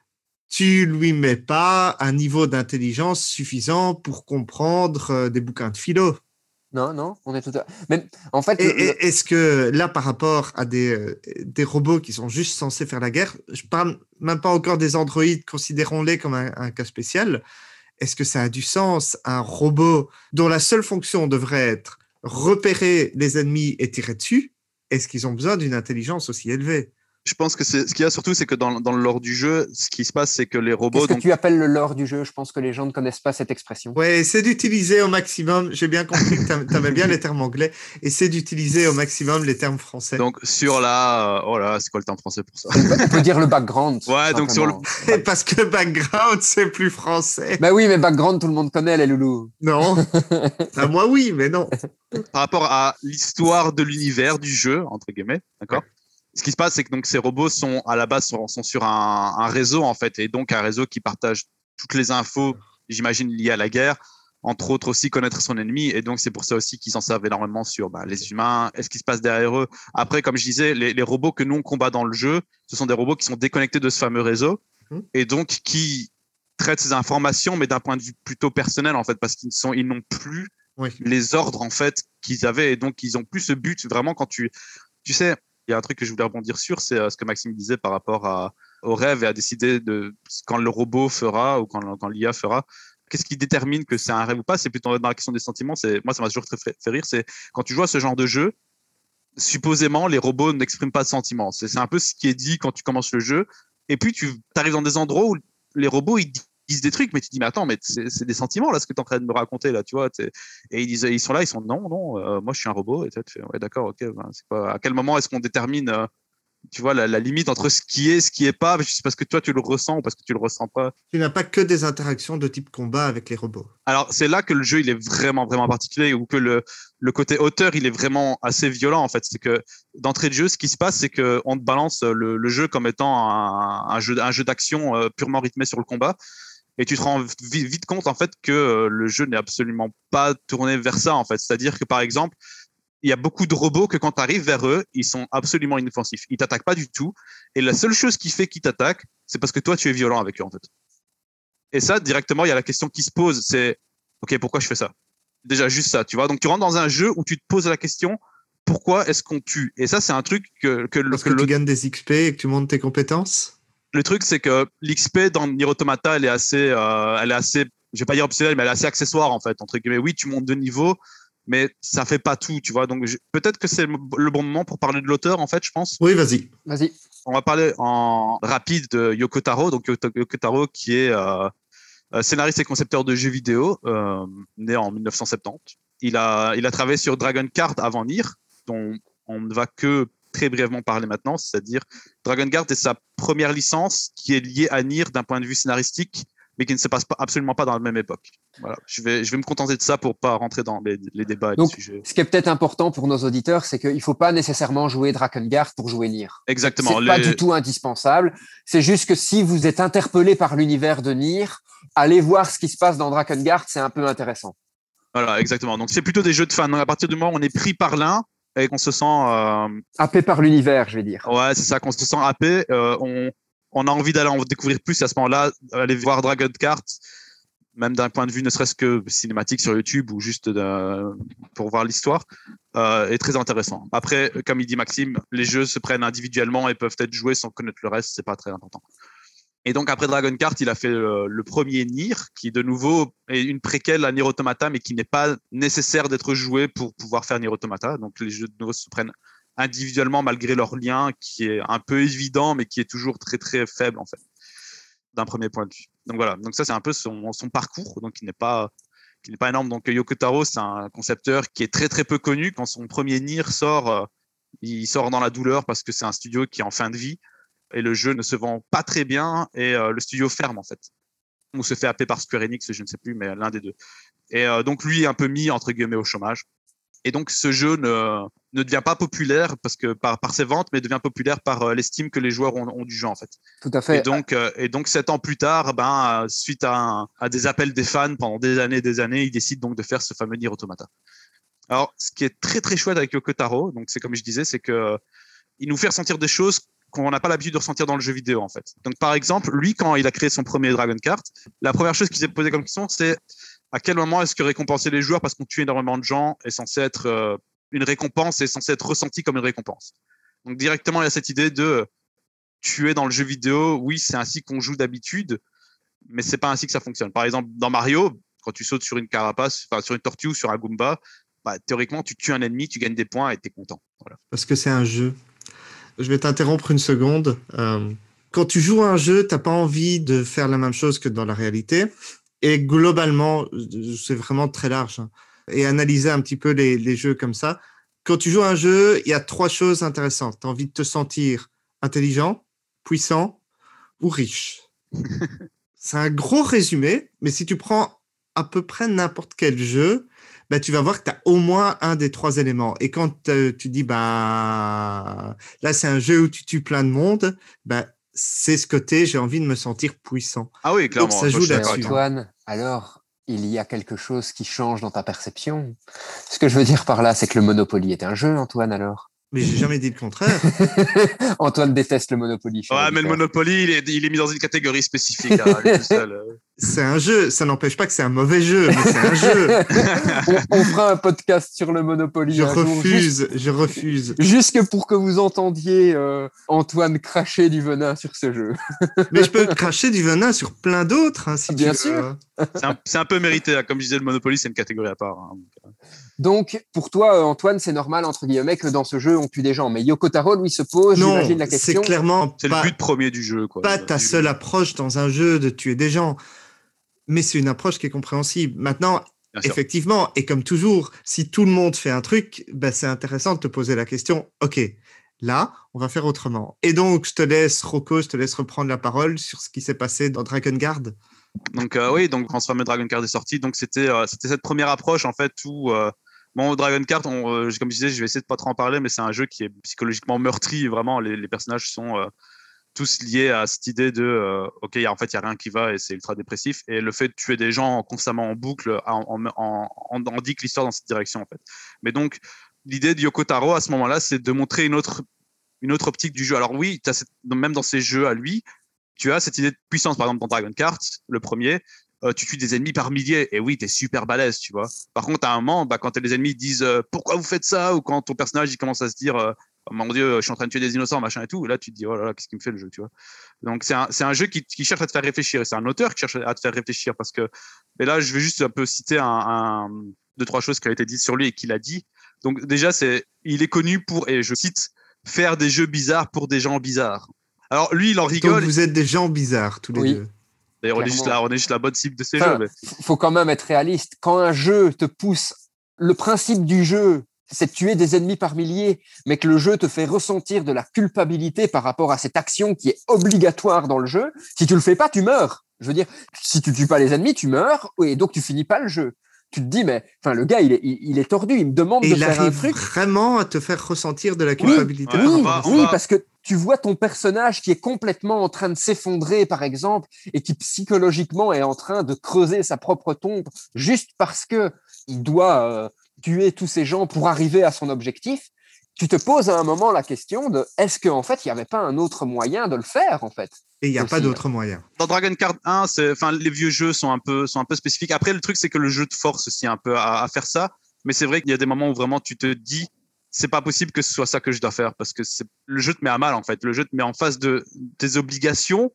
tu lui mets pas un niveau d'intelligence suffisant pour comprendre euh, des bouquins de philo. Non, non, on est tout à... Mais en fait... Et, le... Est-ce que là, par rapport à des, euh, des robots qui sont juste censés faire la guerre, je parle même pas encore des androïdes, considérons-les comme un, un cas spécial, est-ce que ça a du sens, un robot dont la seule fonction devrait être repérer les ennemis et tirer dessus, est-ce qu'ils ont besoin d'une intelligence aussi élevée? Je pense que c'est, ce qu'il y a surtout, c'est que dans, dans le lore du jeu, ce qui se passe, c'est que les robots... Qu'est-ce que donc... tu appelles le lore du jeu? Je pense que les gens ne connaissent pas cette expression. Ouais, c'est d'utiliser au maximum, j'ai bien compris que tu aimais bien les termes anglais, et c'est d'utiliser au maximum les termes français. Donc sur la... Oh là, c'est quoi le terme français pour ça? On peut dire le background. Ouais, donc sur le... Parce que background, c'est plus français. Bah oui, mais background, tout le monde connaît, les loulous. Non. Ah, moi, oui, mais non. Par rapport à l'histoire de l'univers du jeu, entre guillemets, d'accord? Ouais. Ce qui se passe, c'est que donc ces robots sont à la base sont, sont sur un, un réseau en fait, et donc un réseau qui partage toutes les infos, j'imagine liées à la guerre, entre autres aussi connaître son ennemi, et donc c'est pour ça aussi qu'ils s'en servent énormément sur bah, les humains, est-ce qui se passe derrière eux. Après, comme je disais, les, les robots que nous on combat dans le jeu, ce sont des robots qui sont déconnectés de ce fameux réseau, mmh. et donc qui traitent ces informations, mais d'un point de vue plutôt personnel en fait, parce qu'ils sont, ils n'ont plus oui. les ordres en fait qu'ils avaient, et donc ils ont plus ce but vraiment quand tu, tu sais. Il y a un truc que je voulais rebondir sur, c'est ce que Maxime disait par rapport à, au rêve et à décider de quand le robot fera ou quand, quand l'I A fera. Qu'est-ce qui détermine que c'est un rêve ou pas? C'est plutôt dans la question des sentiments. C'est, moi, ça m'a toujours fait, fait rire. C'est quand tu joues à ce genre de jeu, supposément, les robots n'expriment pas de sentiments. C'est, c'est un peu ce qui est dit quand tu commences le jeu. Et puis, tu arrives dans des endroits où les robots, ils disent des trucs, mais tu te dis, mais attends, mais c'est, c'est des sentiments, là, ce que tu es en train de me raconter, là, tu vois. T'es... Et ils, disent, ils sont là, ils sont, non, non, euh, moi, je suis un robot. Et tu fais, ouais, d'accord, ok. Ben, c'est pas... À quel moment est-ce qu'on détermine, euh, tu vois, la, la limite entre ce qui est, ce qui est pas, c'est parce que toi, tu le ressens ou parce que tu le ressens pas. Tu n'as pas que des interactions de type combat avec les robots. Alors, c'est là que le jeu, il est vraiment, vraiment particulier, ou que le, le côté auteur, il est vraiment assez violent, en fait. C'est que, d'entrée de jeu, ce qui se passe, c'est qu'on te balance le, le jeu comme étant un, un, jeu, un jeu d'action euh, purement rythmé sur le combat. Et tu te rends vite, vite compte, en fait, que euh, le jeu n'est absolument pas tourné vers ça, en fait. C'est-à-dire que, par exemple, il y a beaucoup de robots que quand tu arrives vers eux, ils sont absolument inoffensifs. Ils t'attaquent pas du tout. Et la seule chose qui fait qu'ils t'attaquent, c'est parce que toi, tu es violent avec eux, en fait. Et ça, directement, il y a la question qui se pose, c'est « Ok, pourquoi je fais ça ?» Déjà, juste ça, tu vois. Donc, tu rentres dans un jeu où tu te poses la question, pourquoi est-ce qu'on tue? Et ça, c'est un truc que... que Parce que, que le... tu gagnes des X P et que tu montes tes compétences. Le truc, c'est que l'X P dans Nier Automata, elle est assez... Euh, elle est assez, je vais pas dire optionnelle, mais elle est assez accessoire, en fait. Entre guillemets, oui, tu montes de niveau, mais ça fait pas tout, tu vois. Donc, je... peut-être que c'est le bon moment pour parler de l'auteur, en fait, je pense. Oui, vas-y. Vas-y. On va parler en rapide de Yoko Taro. Donc, Yoko Taro, qui est euh, scénariste et concepteur de jeux vidéo, euh, né en mille neuf cent soixante-dix. Il a, il a travaillé sur Dragon Card avant Nier, dont on ne va que très brièvement parler maintenant, c'est-à-dire Dragon Card est sa première licence qui est liée à Nier d'un point de vue scénaristique, mais qui ne se passe pas, absolument pas dans la même époque. Voilà. Je vais, je vais me contenter de ça pour pas rentrer dans les, les débats et Donc, les sujets. Ce qui est peut-être important pour nos auditeurs, c'est qu'il ne faut pas nécessairement jouer Drakengard pour jouer Nier. Exactement. C'est les... pas du tout indispensable. C'est juste que si vous êtes interpellé par l'univers de Nier, allez voir ce qui se passe dans Drakengard, c'est un peu intéressant. Voilà, exactement. Donc, c'est plutôt des jeux de fans. Donc, à partir du moment où on est pris par l'un et qu'on se sent... Euh... happé par l'univers, je vais dire. Ouais, c'est ça, qu'on se sent happé. Euh, on, on a envie d'aller en découvrir plus. Et à ce moment-là, aller voir Dragon Card, même d'un point de vue ne serait-ce que cinématique sur YouTube ou juste de, pour voir l'histoire, euh, est très intéressant. Après, comme il dit Maxime, les jeux se prennent individuellement et peuvent être joués sans connaître le reste. C'est pas très important. Et donc, après Dragon Card, il a fait le, le premier Nier, qui de nouveau est une préquelle à Nier Automata, mais qui n'est pas nécessaire d'être joué pour pouvoir faire Nier Automata. Donc, les jeux de nouveau se prennent individuellement malgré leur lien, qui est un peu évident, mais qui est toujours très, très faible, en fait, d'un premier point de vue. Donc, voilà. Donc, ça, c'est un peu son, son parcours, donc qui n'est pas, qui n'est pas énorme. Donc, Yoko Taro, c'est un concepteur qui est très, très peu connu. Quand son premier Nier sort, euh, il sort dans la douleur parce que c'est un studio qui est en fin de vie. Et le jeu ne se vend pas très bien et euh, le studio ferme en fait, ou se fait happer par Square Enix, je ne sais plus, mais l'un des deux. Et euh, donc lui est un peu mis entre guillemets au chômage. Et donc ce jeu ne, ne devient pas populaire parce que par, par ses ventes, mais devient populaire par euh, l'estime que les joueurs ont, ont du jeu en fait. Tout à fait. Et donc, euh, et donc sept ans plus tard, ben, euh, suite à, un, à des appels des fans pendant des années et des années, il décide donc de faire ce fameux Nier Automata. Alors ce qui est très très chouette avec Yoko Taro, donc c'est comme je disais, c'est que euh, il nous fait ressentir des choses qu'on n'a pas l'habitude de ressentir dans le jeu vidéo, en fait. Donc, par exemple, lui, quand il a créé son premier Dragon Card, la première chose qu'il s'est posée comme question, c'est à quel moment est-ce que récompenser les joueurs parce qu'on tue énormément de gens est censé être euh, une récompense, est censé être ressenti comme une récompense. Donc, directement, il y a cette idée de tuer dans le jeu vidéo. Oui, c'est ainsi qu'on joue d'habitude, mais c'est pas ainsi que ça fonctionne. Par exemple, dans Mario, quand tu sautes sur une carapace, enfin, sur une tortue ou sur un Goomba, bah, théoriquement, tu tues un ennemi, tu gagnes des points et t'es content. Voilà. Parce que c'est un jeu. Je vais t'interrompre une seconde. Euh, quand tu joues à un jeu, t'as pas envie de faire la même chose que dans la réalité. Et globalement, c'est vraiment très large. Hein. Et analyser un petit peu les, les jeux comme ça. Quand tu joues à un jeu, il y a trois choses intéressantes. T'as envie de te sentir intelligent, puissant ou riche. C'est un gros résumé, mais si tu prends à peu près n'importe quel jeu, bah, tu vas voir que tu as au moins un des trois éléments. Et quand euh, tu dis, bah, là, c'est un jeu où tu tues plein de monde, bah, c'est ce côté, j'ai envie de me sentir puissant. Ah oui, clairement. Donc, ça joue là-dessus. Antoine, alors, il y a quelque chose qui change dans ta perception. Ce que je veux dire par là, c'est que le Monopoly est un jeu, Antoine, alors. Mais j'ai jamais dit le contraire. Antoine déteste le Monopoly. Ouais, mais le Monopoly, il est, il est mis dans une catégorie spécifique. Hein, lui tout seul. C'est un jeu. Ça n'empêche pas que c'est un mauvais jeu, mais c'est un jeu. on, on fera un podcast sur le Monopoly. Je un refuse. Jour, juste, je refuse. Juste pour que vous entendiez euh, Antoine cracher du venin sur ce jeu. Mais je peux cracher du venin sur plein d'autres, hein, si Bien tu sûr. veux. C'est un, c'est un peu mérité. Hein. Comme je disais, le Monopoly, c'est une catégorie à part. Hein. Donc, pour toi, Antoine, c'est normal, entre guillemets, que dans ce jeu, on tue des gens. Mais Yoko Taro, lui, se pose, non, j'imagine, la question. c'est clairement c'est pas, le but premier du jeu. Quoi. Pas ta seule approche dans un jeu de tuer des gens. Mais c'est une approche qui est compréhensible. Maintenant, effectivement, et comme toujours, si tout le monde fait un truc, ben, c'est intéressant de te poser la question, OK, là, on va faire autrement. Et donc, je te laisse, Rocco, je te laisse reprendre la parole sur ce qui s'est passé dans Dragon Card. Donc, euh, oui, donc, quand ce fameux Dragon Card est sorti, donc c'était, euh, c'était cette première approche, en fait, où... Euh, Bon, Dragon Card, on, euh, comme je disais, je vais essayer de pas trop en parler, mais c'est un jeu qui est psychologiquement meurtri. Vraiment, les, les personnages sont euh, tous liés à cette idée de euh, OK, y a, en fait, il n'y a rien qui va et c'est ultra dépressif. Et le fait de tuer des gens constamment en boucle en, en, en, en, en dit que l'histoire dans cette direction, en fait. Mais donc, l'idée de Yoko Taro, à ce moment-là, c'est de montrer une autre, une autre optique du jeu. Alors oui, t'as cette, même dans ces jeux à lui, tu as cette idée de puissance. Par exemple, dans Dragon Card, le premier, euh, tu tues des ennemis par milliers. Et oui, t'es super balèze, tu vois. Par contre, à un moment, bah, quand les ennemis disent euh, pourquoi vous faites ça, ou quand ton personnage il commence à se dire euh, oh, mon Dieu, je suis en train de tuer des innocents, machin et tout, là tu te dis oh là là, qu'est-ce qui me fait le jeu, tu vois. Donc c'est un, c'est un jeu qui, qui cherche à te faire réfléchir. Et c'est un auteur qui cherche à te faire réfléchir parce que. Et là, je vais juste un peu citer un, un, deux trois choses qui ont été dites sur lui et qu'il a dit. Donc déjà, c'est, il est connu pour, et je cite, faire des jeux bizarres pour des gens bizarres. Alors lui, il en rigole. Donc vous êtes des gens bizarres tous les Oui. deux. D'ailleurs, on est, juste la, on est juste la bonne cible de ces enfin, jeux. Mais... faut quand même être réaliste. Quand un jeu te pousse, le principe du jeu, c'est de tuer des ennemis par milliers, mais que le jeu te fait ressentir de la culpabilité par rapport à cette action qui est obligatoire dans le jeu. Si tu le fais pas, tu meurs. Je veux dire, si tu tues pas les ennemis, tu meurs, et donc tu finis pas le jeu. Tu te dis, mais enfin, le gars, il est, il, il est tordu, il me demande et de il faire un arrive truc. vraiment à te faire ressentir de la culpabilité. Oui, oui, va, oui va... parce que tu vois ton personnage qui est complètement en train de s'effondrer, par exemple, et qui psychologiquement est en train de creuser sa propre tombe juste parce que il doit euh, tuer tous ces gens pour arriver à son objectif. Tu te poses à un moment la question de est-ce qu'en fait, il n'y avait pas un autre moyen de le faire, en fait. Et il n'y a aussi, pas d'autre moyen. Dans Dragon Card un, c'est, enfin, les vieux jeux sont un peu, sont un peu spécifiques. Après, le truc, c'est que le jeu te force aussi un peu à, à faire ça. Mais c'est vrai qu'il y a des moments où vraiment tu te dis, c'est pas possible que ce soit ça que je dois faire parce que c'est, le jeu te met à mal, en fait. Le jeu te met en face de tes obligations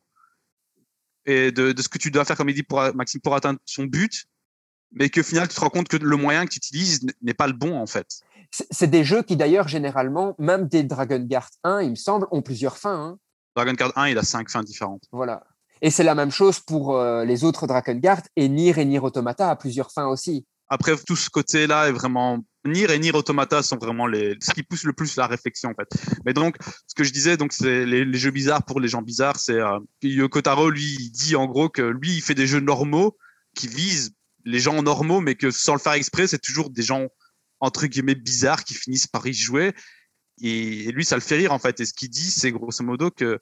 et de, de ce que tu dois faire, comme il dit, pour, Maxime, pour atteindre son but. Mais qu'au final, tu te rends compte que le moyen que tu utilises n'est pas le bon, en fait. C'est, c'est des jeux qui, d'ailleurs, généralement, même des Dragon Card un, il me semble, ont plusieurs fins, hein. Dragon Card un, il a cinq fins différentes. Voilà. Et c'est la même chose pour euh, les autres Dragon Card, et Nier et Nier Automata a plusieurs fins aussi. Après, tout ce côté-là est vraiment... Nier et Nier Automata sont vraiment les... ce qui pousse le plus la réflexion, en fait. Mais donc, ce que je disais, donc, c'est les, les jeux bizarres pour les gens bizarres, c'est... Euh... Yoko Taro, lui, il dit en gros que lui, il fait des jeux normaux qui visent les gens normaux, mais que sans le faire exprès, c'est toujours des gens, entre guillemets, bizarres qui finissent par y jouer. Et, et lui, ça le fait rire, en fait. Et ce qu'il dit, c'est grosso modo que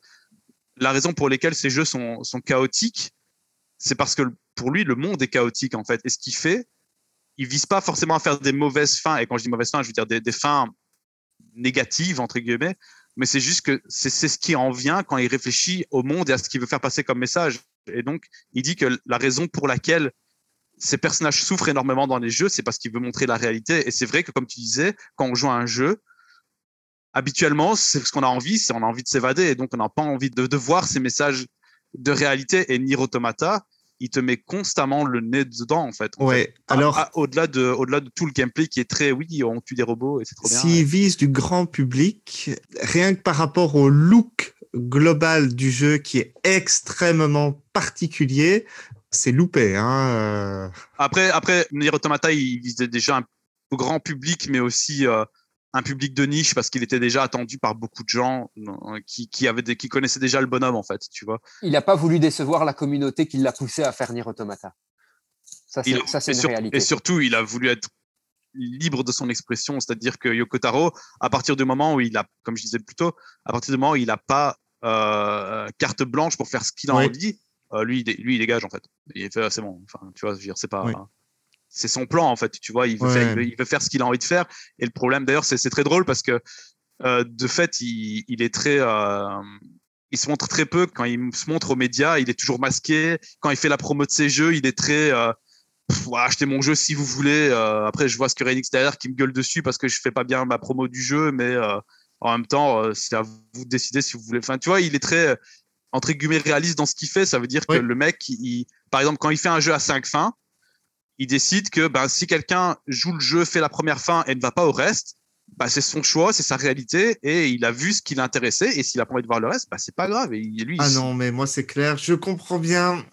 la raison pour laquelle ces jeux sont, sont chaotiques, c'est parce que pour lui, le monde est chaotique, en fait. Et ce qu'il fait, il vise pas forcément à faire des mauvaises fins. Et quand je dis mauvaises fins, je veux dire des, des fins négatives, entre guillemets. Mais c'est juste que c'est, c'est ce qui en vient quand il réfléchit au monde et à ce qu'il veut faire passer comme message. Et donc, il dit que la raison pour laquelle ces personnages souffrent énormément dans les jeux, c'est parce qu'il veut montrer la réalité. Et c'est vrai que, comme tu disais, quand on joue à un jeu, habituellement, c'est ce qu'on a envie, c'est on a envie de s'évader. Et donc, on n'a pas envie de, de voir ces messages de réalité. Et Nier Automata, il te met constamment le nez dedans, en fait. En ouais, fait. alors... À, à, au-delà, de, au-delà de tout le gameplay qui est très, oui, on tue des robots et c'est trop bien. S'il ouais. vise du grand public, rien que par rapport au look global du jeu qui est extrêmement particulier, c'est loupé, hein. Après, après, Nier Automata, il visait déjà un grand public, mais aussi euh, un public de niche parce qu'il était déjà attendu par beaucoup de gens euh, qui, qui avaient des, qui connaissaient déjà le bonhomme, en fait, tu vois. Il n'a pas voulu décevoir la communauté qui l'a poussé à faire Nier Automata. Ça, c'est, il, ça, c'est une sur, réalité. Et surtout, il a voulu être libre de son expression, c'est-à-dire que Yoko Taro, à partir du moment où il a, comme je disais plus tôt, à partir du moment où il n'a pas euh, carte blanche pour faire ce qu'il a oui. envie, Euh, lui, il, lui, il dégage, en fait. Il fait, c'est bon. Enfin, tu vois, je veux dire, c'est pas, oui. c'est son plan, en fait. Tu vois, il veut, ouais. faire, il veut, il veut faire ce qu'il a envie de faire. Et le problème, d'ailleurs, c'est, c'est très drôle parce que, euh, de fait, il, il est très, euh, il se montre très peu quand il se montre aux médias. Il est toujours masqué. Quand il fait la promo de ses jeux, il est très, euh, pff, ouais, achetez mon jeu si vous voulez. Euh, après, je vois Square Enix derrière qui me gueule dessus parce que je fais pas bien ma promo du jeu, mais euh, en même temps, euh, c'est à vous de décider si vous voulez. Enfin, tu vois, il est très entre guillemets réaliste dans ce qu'il fait. Ça veut dire oui. que le mec, il, par exemple, quand il fait un jeu à cinq fins, il décide que ben, si quelqu'un joue le jeu, fait la première fin et ne va pas au reste, ben, c'est son choix, c'est sa réalité et il a vu ce qui l'intéressait et s'il a pas envie de voir le reste, ben, c'est pas grave. Et lui, ah il... non, mais moi c'est clair, je comprends bien,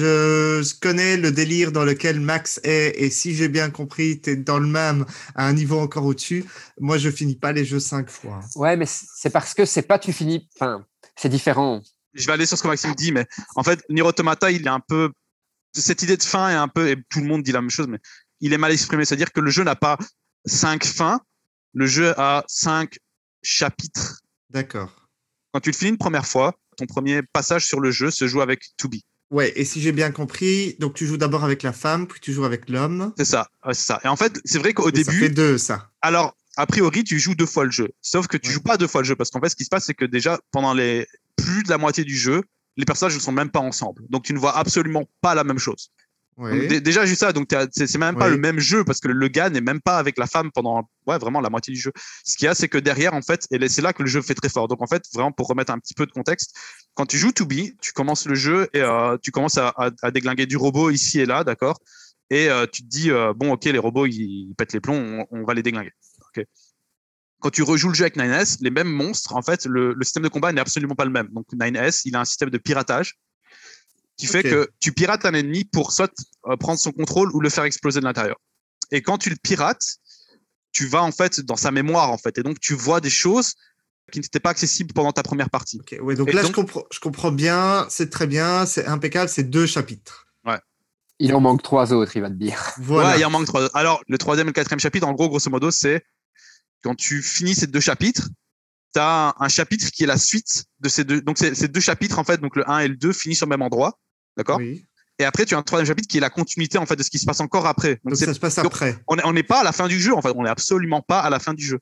je connais le délire dans lequel Max est et si j'ai bien compris, tu es dans le même à un niveau encore au-dessus. Moi, je finis pas les jeux cinq fois. Ouais, mais c'est parce que c'est pas tu finis, enfin, c'est différent. Je vais aller sur ce que Maxime dit, mais en fait, Nier Automata, il est un peu... Cette idée de fin est un peu... Et tout le monde dit la même chose, mais il est mal exprimé. C'est-à-dire que le jeu n'a pas cinq fins, le jeu a cinq chapitres. D'accord. Quand tu le finis une première fois, ton premier passage sur le jeu se joue avec To Be. Ouais, et si j'ai bien compris, donc tu joues d'abord avec la femme, puis tu joues avec l'homme. C'est ça, ouais, c'est ça. Et en fait, c'est vrai qu'au et début... Ça fait deux, ça. Alors, a priori, tu joues deux fois le jeu. Sauf que tu ouais. joues pas deux fois le jeu, parce qu'en fait, ce qui se passe, c'est que déjà, pendant les... plus de la moitié du jeu, les personnages ne sont même pas ensemble. Donc, tu ne vois absolument pas la même chose. Ouais. Donc, d- déjà juste ça, donc t'as- c'est, c'est même pas Oui. le même jeu parce que le gars n'est même pas avec la femme pendant ouais vraiment la moitié du jeu. Ce qu'il y a, c'est que derrière en fait, et c'est là que le jeu fait très fort. Donc en fait, vraiment pour remettre un petit peu de contexte, quand tu joues To Be, tu commences le jeu et euh, tu commences à, à, à déglinguer du robot ici et là, d'accord. Et euh, tu te dis euh, bon ok, les robots ils, ils pètent les plombs, on, on va les déglinguer. Ok. Quand tu rejoues le jeu avec nine S, les mêmes monstres, en fait, le, le système de combat n'est absolument pas le même. Donc nine S, il a un système de piratage qui fait Ok. que tu pirates un ennemi pour soit euh, prendre son contrôle ou le faire exploser de l'intérieur. Et quand tu le pirates, tu vas en fait dans sa mémoire en fait, et donc tu vois des choses qui n'étaient pas accessibles pendant ta première partie. Ok, ouais, donc Et là, donc- je, comprends, je comprends bien, c'est très bien, c'est impeccable, c'est deux chapitres. Il en manque trois autres, il va te dire. Voilà. Ouais, il en manque trois. Alors le troisième et le quatrième chapitre, en gros, grosso modo, c'est quand tu finis ces deux chapitres, tu as un, un chapitre qui est la suite de ces deux. Donc c'est- ces deux chapitres en fait, donc le un et le deux finissent au même endroit, d'accord. Oui. Et après, tu as un troisième chapitre qui est la continuité en fait de ce qui se passe encore après. Donc, c'est- ça se passe donc, après. on n'est on n'est pas à la fin du jeu, en fait. On n'est absolument pas à la fin du jeu.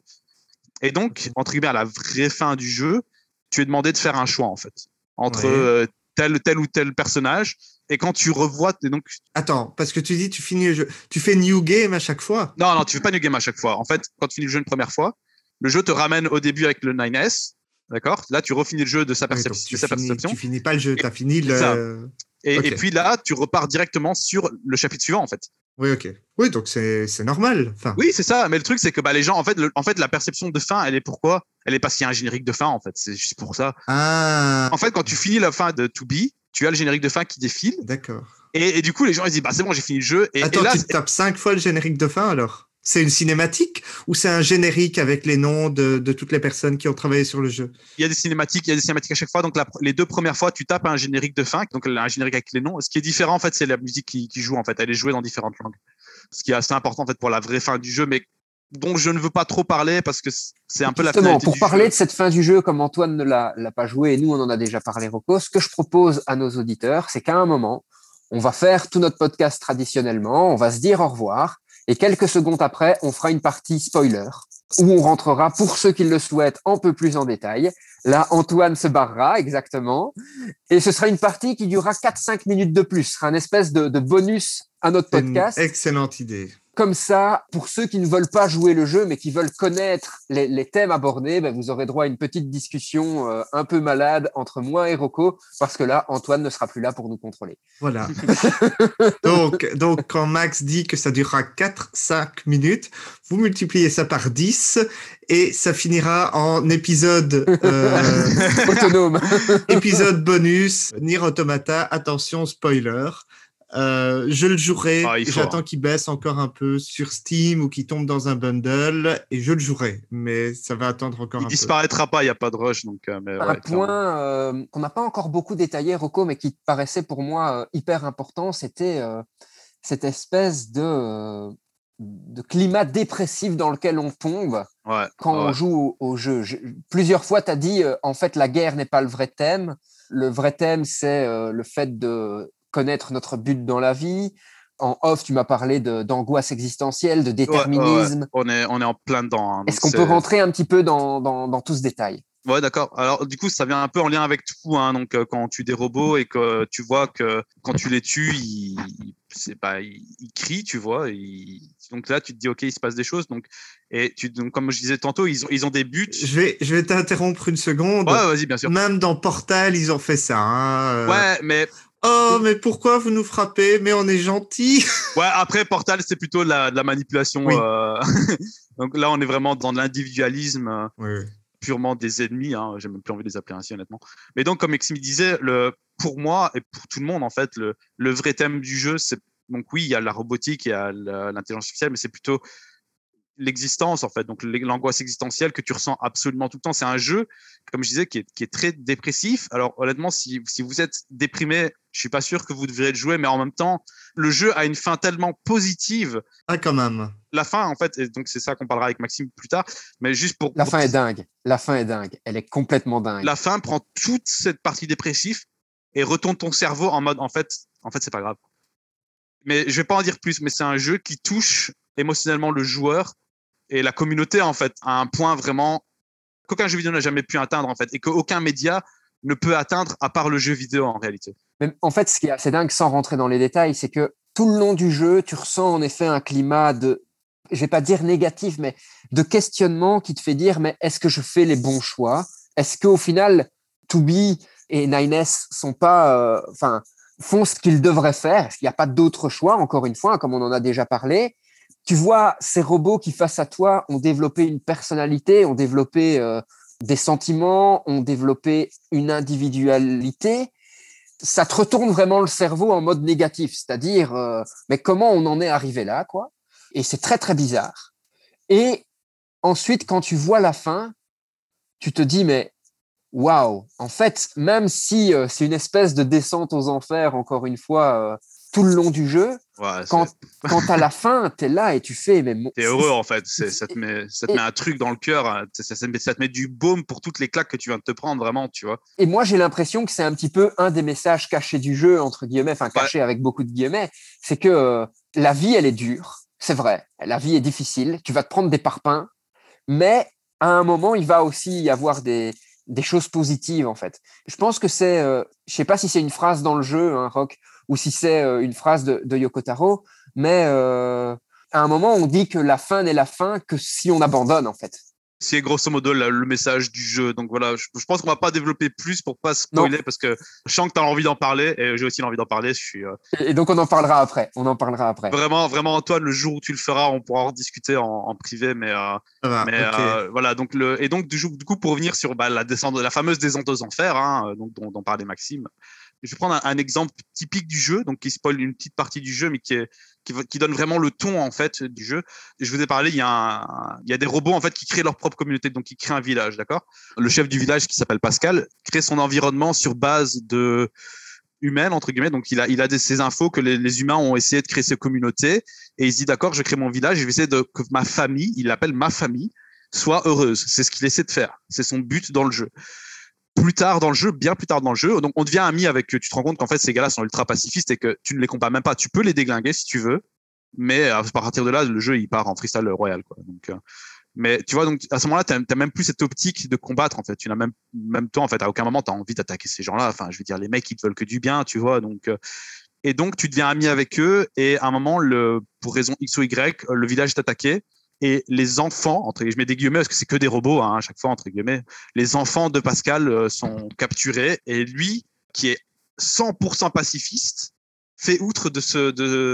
Et donc, entre guillemets, à la vraie fin du jeu, tu es demandé de faire un choix, en fait, entre Ouais. euh, tel, tel ou tel personnage. Et quand tu revois, et donc, Attends, parce que tu dis, tu finis le jeu. Tu fais New Game à chaque fois. non, non, tu fais pas New Game à chaque fois. En fait, quand tu finis le jeu une première fois, le jeu te ramène au début avec le nine S, d'accord. Là, tu refinis le jeu de sa, Ouais, percep- donc tu, de sa finis, perception. tu finis pas le jeu, Et- tu as fini le. ça. Et, Ok. et puis là, tu repars directement sur le chapitre suivant, en fait. Oui, ok. Oui, donc c'est c'est normal. Enfin, Oui, c'est ça. Mais le truc, c'est que bah, les gens, en fait, le- en fait, la perception de fin, elle est pourquoi Elle est parce qu'il y a un générique de fin, en fait. C'est juste pour ça. Ah, En fait, quand tu finis la fin de To Be, tu as le générique de fin qui défile. d'accord. Et, et du coup, les gens, ils se disent, bah, c'est bon, j'ai fini le jeu. Et, Attends, et là, tu c'est- te tapes cinq fois le générique de fin alors? C'est une cinématique ou c'est un générique avec les noms de, de toutes les personnes qui ont travaillé sur le jeu? il y a des cinématiques, il y a des cinématiques à chaque fois. Donc, la- les deux premières fois, tu tapes un générique de fin, donc un générique avec les noms. Ce qui est différent, en fait, c'est la musique qui, qui joue, en fait. Elle est jouée dans différentes langues. Ce qui est assez important, en fait, pour la vraie fin du jeu, mais dont je ne veux pas trop parler parce que c'est un peu la Justement, finalité pour du parler jeu. de cette fin du jeu, comme Antoine ne l'a, l'a pas joué et nous, on en a déjà parlé, Rocco, ce que je propose à nos auditeurs, c'est qu'à un moment, on va faire tout notre podcast traditionnellement, on va se dire au revoir, et quelques secondes après, on fera une partie spoiler, où on rentrera, pour ceux qui le souhaitent, un peu plus en détail. Là, Antoine se barrera, exactement, et ce sera une partie qui durera quatre cinq minutes de plus, ce sera une espèce de, de bonus à notre C'est une podcast. excellente idée. Comme ça, pour ceux qui ne veulent pas jouer le jeu, mais qui veulent connaître les, les thèmes abordés, ben vous aurez droit à une petite discussion euh, un peu malade entre moi et Rocco, parce que là, Antoine ne sera plus là pour nous contrôler. Voilà. donc, donc, quand Max dit que ça durera quatre cinq minutes, vous multipliez ça par dix et ça finira en épisode, euh, Autonome. épisode bonus, Nier Automata, attention, spoiler. Euh, je le jouerai, Ah, il faut, j'attends hein. qu'il baisse encore un peu sur Steam ou qu'il tombe dans un bundle et je le jouerai, mais ça va attendre encore Il un peu. disparaîtra pas, il n'y a pas de rush. Donc, euh, mais, Un ouais, clairement. point euh, qu'on n'a pas encore beaucoup détaillé, Rocco, mais qui paraissait pour moi euh, hyper important, c'était euh, cette espèce de, euh, de climat dépressif dans lequel on tombe Ouais, quand ouais. on joue au, au jeu. Je- plusieurs fois, tu as dit, euh, en fait, la guerre n'est pas le vrai thème. Le vrai thème, c'est euh, le fait de connaître notre but dans la vie. En off, tu m'as parlé de- d'angoisse existentielle, de Ouais, ouais, déterminisme. ouais. On, est, on est en plein dedans. hein. Est-ce Donc qu'on c'est- peut rentrer un petit peu dans, dans, dans tout ce détail? Ouais, d'accord. Alors, du coup, ça vient un peu en lien avec tout. Hein. Donc, euh, quand tu tues des robots et que tu vois que quand tu les tues, ils, ils- c'est pas, ils, ils crient, tu vois. ils- Donc là, tu te dis, OK, il se passe des choses. Donc, et tu, donc, comme je disais tantôt, ils ont, ils ont des buts. Je vais, je vais t'interrompre une seconde. Ouais, vas-y, bien sûr. Même dans Portal, ils ont fait ça. Hein. euh, Ouais, mais Oh, mais pourquoi vous nous frappez? Mais on est gentils. ouais, après, Portal, c'est plutôt de la, de la manipulation. Oui. euh, Donc là, on est vraiment dans l'individualisme. euh, Oui, oui. purement des ennemis, hein. J'ai même plus envie de les appeler ainsi honnêtement. Mais donc comme Maxime disait, le, pour moi et pour tout le monde en fait, le, le vrai thème du jeu, c'est donc oui, il y a la robotique, il y a la- l'intelligence artificielle, mais c'est plutôt l'existence en fait, donc l'angoisse existentielle que tu ressens absolument tout le temps. C'est un jeu, comme je disais, qui est, qui est très dépressif. Alors honnêtement, si, si vous êtes déprimé, je suis pas sûr que vous devriez le jouer, mais en même temps, le jeu a une fin tellement positive. Ah, quand même. La fin, en fait, et donc c'est ça qu'on parlera avec Maxime plus tard, mais juste pour... La pour- fin est dingue. La fin est dingue. Elle est complètement dingue. La fin prend toute cette partie dépressive et retourne ton cerveau en mode, en fait, en fait, c'est pas grave. Mais je vais pas en dire plus, mais c'est un jeu qui touche émotionnellement le joueur et la communauté, en fait, à un point vraiment qu'aucun jeu vidéo n'a jamais pu atteindre, en fait, et qu'aucun média ne peut atteindre à part le jeu vidéo, en réalité. Mais en fait, ce qui est assez dingue, sans rentrer dans les détails, c'est que tout le long du jeu, tu ressens en effet un climat de, je vais pas dire négatif, mais de questionnement qui te fait dire, mais est-ce que je fais les bons choix? Est-ce qu'au final, To Be et nine S sont pas, enfin, euh, font ce qu'ils devraient faire? Est-ce qu'il n'y a pas d'autre choix, encore une fois, comme on en a déjà parlé? Tu vois ces robots qui, face à toi, ont développé une personnalité, ont développé euh, des sentiments, ont développé une individualité. Ça te retourne vraiment le cerveau en mode négatif, c'est-à-dire, euh, mais comment on en est arrivé là, quoi? Et c'est très, très bizarre. Et ensuite, quand tu vois la fin, tu te dis, mais waouh, en fait, même si euh, c'est une espèce de descente aux enfers, encore une fois, euh, tout le long du jeu, ouais, quand, quand à la fin, t'es là et tu fais... mais t'es heureux, en fait. C'est, ça te met, ça te et, met un truc dans le cœur. Ça, ça, ça te met du baume pour toutes les claques que tu viens de te prendre, vraiment, tu vois. Et moi, j'ai l'impression que c'est un petit peu un des messages cachés du jeu, entre guillemets, enfin, caché ouais. avec beaucoup de guillemets, c'est que euh, la vie, elle est dure. C'est vrai, la vie est difficile. Tu vas te prendre des parpaings, mais à un moment, il va aussi y avoir des... des choses positives, en fait. Je pense que c'est, euh, je sais pas si c'est une phrase dans le jeu, hein, Rock, ou si c'est euh, une phrase de, de Yoko Taro, mais euh, à un moment, on dit que la fin n'est la fin que si on abandonne, en fait. C'est grosso modo le, le message du jeu. Donc voilà, je, je pense qu'on va pas développer plus pour pas spoiler non. parce que je sens que tu as envie d'en parler et j'ai aussi envie d'en parler. Je suis, euh... Et donc on en parlera après. On en parlera après. Vraiment, vraiment, Antoine, le jour où tu le feras, on pourra en discuter en, en privé. Mais, euh, ah, mais okay. euh, voilà. Donc le et donc du, du coup pour revenir sur bah, la descente, la fameuse descente aux enfers, hein, donc dont, dont parlait Maxime. Je vais prendre un, un exemple typique du jeu, donc qui spoil une petite partie du jeu, mais qui est qui, qui donne vraiment le ton en fait du jeu. Et je vous ai parlé, il y a un, il y a des robots en fait qui créent leur propre communauté, donc qui créent un village, d'accord. Le chef du village qui s'appelle Pascal crée son environnement sur base de humaine entre guillemets, donc il a il a des, ces infos que les, les humains ont essayé de créer ces communautés et il se dit d'accord, je crée mon village, je vais essayer de que ma famille, il l'appelle ma famille, soit heureuse. C'est ce qu'il essaie de faire, c'est son but dans le jeu. Plus tard dans le jeu, bien plus tard dans le jeu, donc on devient amis avec eux. Tu te rends compte qu'en fait ces gars-là sont ultra pacifistes et que tu ne les combats même pas. Tu peux les déglinguer si tu veux, mais à partir de là, le jeu il part en freestyle royal, quoi. Donc, euh, mais tu vois, donc à ce moment-là, t'as, t'as même plus cette optique de combattre en fait. Tu n'as même même toi en fait, à aucun moment t'as envie d'attaquer ces gens-là. Enfin, je veux dire, les mecs ils te veulent que du bien, tu vois. Donc euh, et donc tu deviens ami avec eux et à un moment, le pour raison X ou Y, le village est attaqué. Et les enfants, entre je mets des guillemets parce que c'est que des robots hein, à chaque fois entre guillemets, les enfants de Pascal euh, sont capturés et lui, qui est cent pour cent pacifiste, fait outre de ce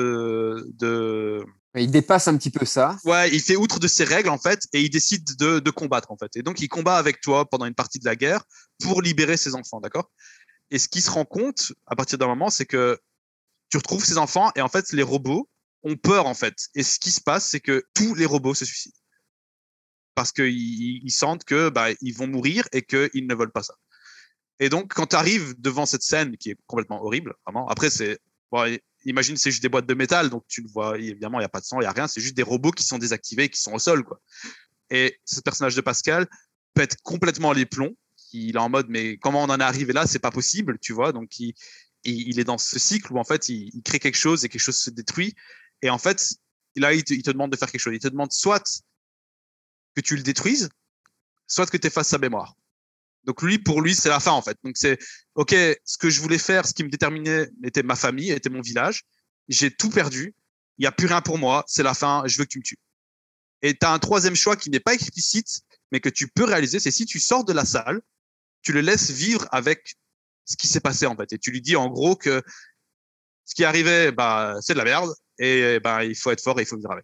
de de. Il dépasse un petit peu ça. Ouais, il fait outre de ses règles en fait et il décide de de combattre en fait. Et donc il combat avec toi pendant une partie de la guerre pour libérer ses enfants, d'accord. Et ce qu'il se rend compte à partir d'un moment, c'est que tu retrouves ses enfants et en fait les robots ont peur en fait. Et ce qui se passe, c'est que tous les robots se suicident parce qu'ils ils sentent que bah ils vont mourir et qu'ils ne veulent pas ça. Et donc quand tu arrives devant cette scène qui est complètement horrible, vraiment. Après c'est bon, imagine c'est juste des boîtes de métal, donc tu le vois évidemment il y a pas de sang, il y a rien, c'est juste des robots qui sont désactivés, qui sont au sol quoi. Et ce personnage de Pascal pète complètement les plombs. Il est en mode mais comment on en est arrivé là, c'est pas possible, tu vois. Donc il il est dans ce cycle où en fait il, il crée quelque chose et quelque chose se détruit. Et en fait, là, il te, il te demande de faire quelque chose. Il te demande soit que tu le détruises, soit que tu effaces sa mémoire. Donc lui, pour lui, c'est la fin en fait. Donc c'est ok, ce que je voulais faire, ce qui me déterminait, était ma famille, était mon village. J'ai tout perdu. Il n'y a plus rien pour moi. C'est la fin. Je veux que tu me tues. Et tu as un troisième choix qui n'est pas explicite, mais que tu peux réaliser. C'est si tu sors de la salle, tu le laisses vivre avec ce qui s'est passé en fait. Et tu lui dis en gros que ce qui arrivait, bah, c'est de la merde. Et ben, il faut être fort et il faut vivre avec.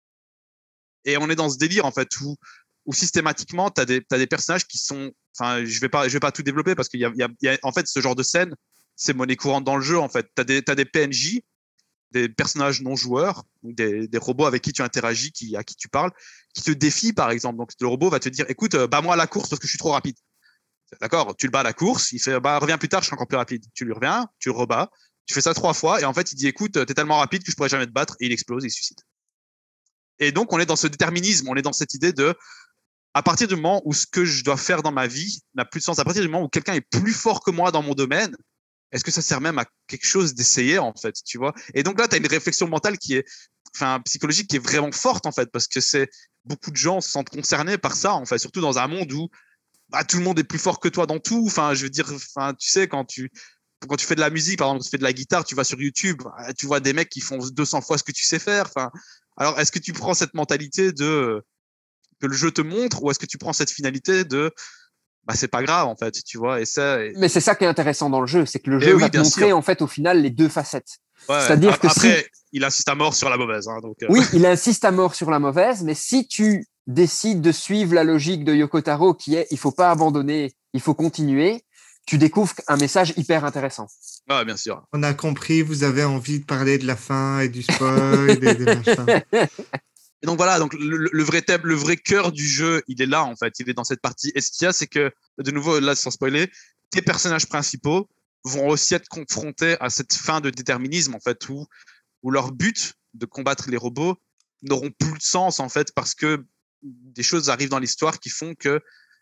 Et on est dans ce délire en fait où, où systématiquement t'as des t'as des personnages qui sont, enfin, je vais pas je vais pas tout développer parce qu'il y a, il y a, il y a en fait ce genre de scène, c'est monnaie courante dans le jeu en fait. T'as des t'as des P N J, des personnages non joueurs, des des robots avec qui tu interagis, qui à qui tu parles, qui te défient par exemple. Donc le robot va te dire, écoute, bats-moi à la course parce que je suis trop rapide. D'accord, tu le bats à la course, il fait bah reviens plus tard, je suis encore plus rapide. Tu lui reviens, tu le rebats. Tu fais ça trois fois et en fait, il dit écoute, t'es tellement rapide que je pourrais jamais te battre et il explose et il se suicide. Et donc, on est dans ce déterminisme, on est dans cette idée de à partir du moment où ce que je dois faire dans ma vie n'a plus de sens, à partir du moment où quelqu'un est plus fort que moi dans mon domaine, est-ce que ça sert même à quelque chose d'essayer en fait, tu vois? Et donc là, tu as une réflexion mentale qui est, enfin, psychologique qui est vraiment forte en fait, parce que c'est beaucoup de gens se sentent concernés par ça en fait, surtout dans un monde où bah, tout le monde est plus fort que toi dans tout. Enfin, je veux dire, enfin, tu sais, quand tu quand tu fais de la musique, par exemple, quand tu fais de la guitare, tu vas sur YouTube, tu vois des mecs qui font deux cents fois ce que tu sais faire. Enfin, alors, est-ce que tu prends cette mentalité de que le jeu te montre, ou est-ce que tu prends cette finalité de bah c'est pas grave en fait, tu vois, et ça. Et... Mais c'est ça qui est intéressant dans le jeu, c'est que le jeu oui, va te montrer sûr. en fait au final les deux facettes. Ouais. C'est-à-dire A- que après, si... il insiste à mort sur la mauvaise. Hein, donc, euh... Oui, il insiste à mort sur la mauvaise, mais si tu décides de suivre la logique de Yoko Taro, qui est il faut pas abandonner, il faut continuer, tu découvres un message hyper intéressant. Ouais, bien sûr. On a compris, vous avez envie de parler de la fin et du spoil et des machins. Et donc voilà, donc le, le vrai thème, le vrai cœur du jeu, il est là en fait, il est dans cette partie. Et ce qu'il y a, c'est que, de nouveau, là sans spoiler, tes personnages principaux vont aussi être confrontés à cette fin de déterminisme en fait, où, où leur but de combattre les robots n'auront plus de sens en fait, parce que des choses arrivent dans l'histoire qui font que,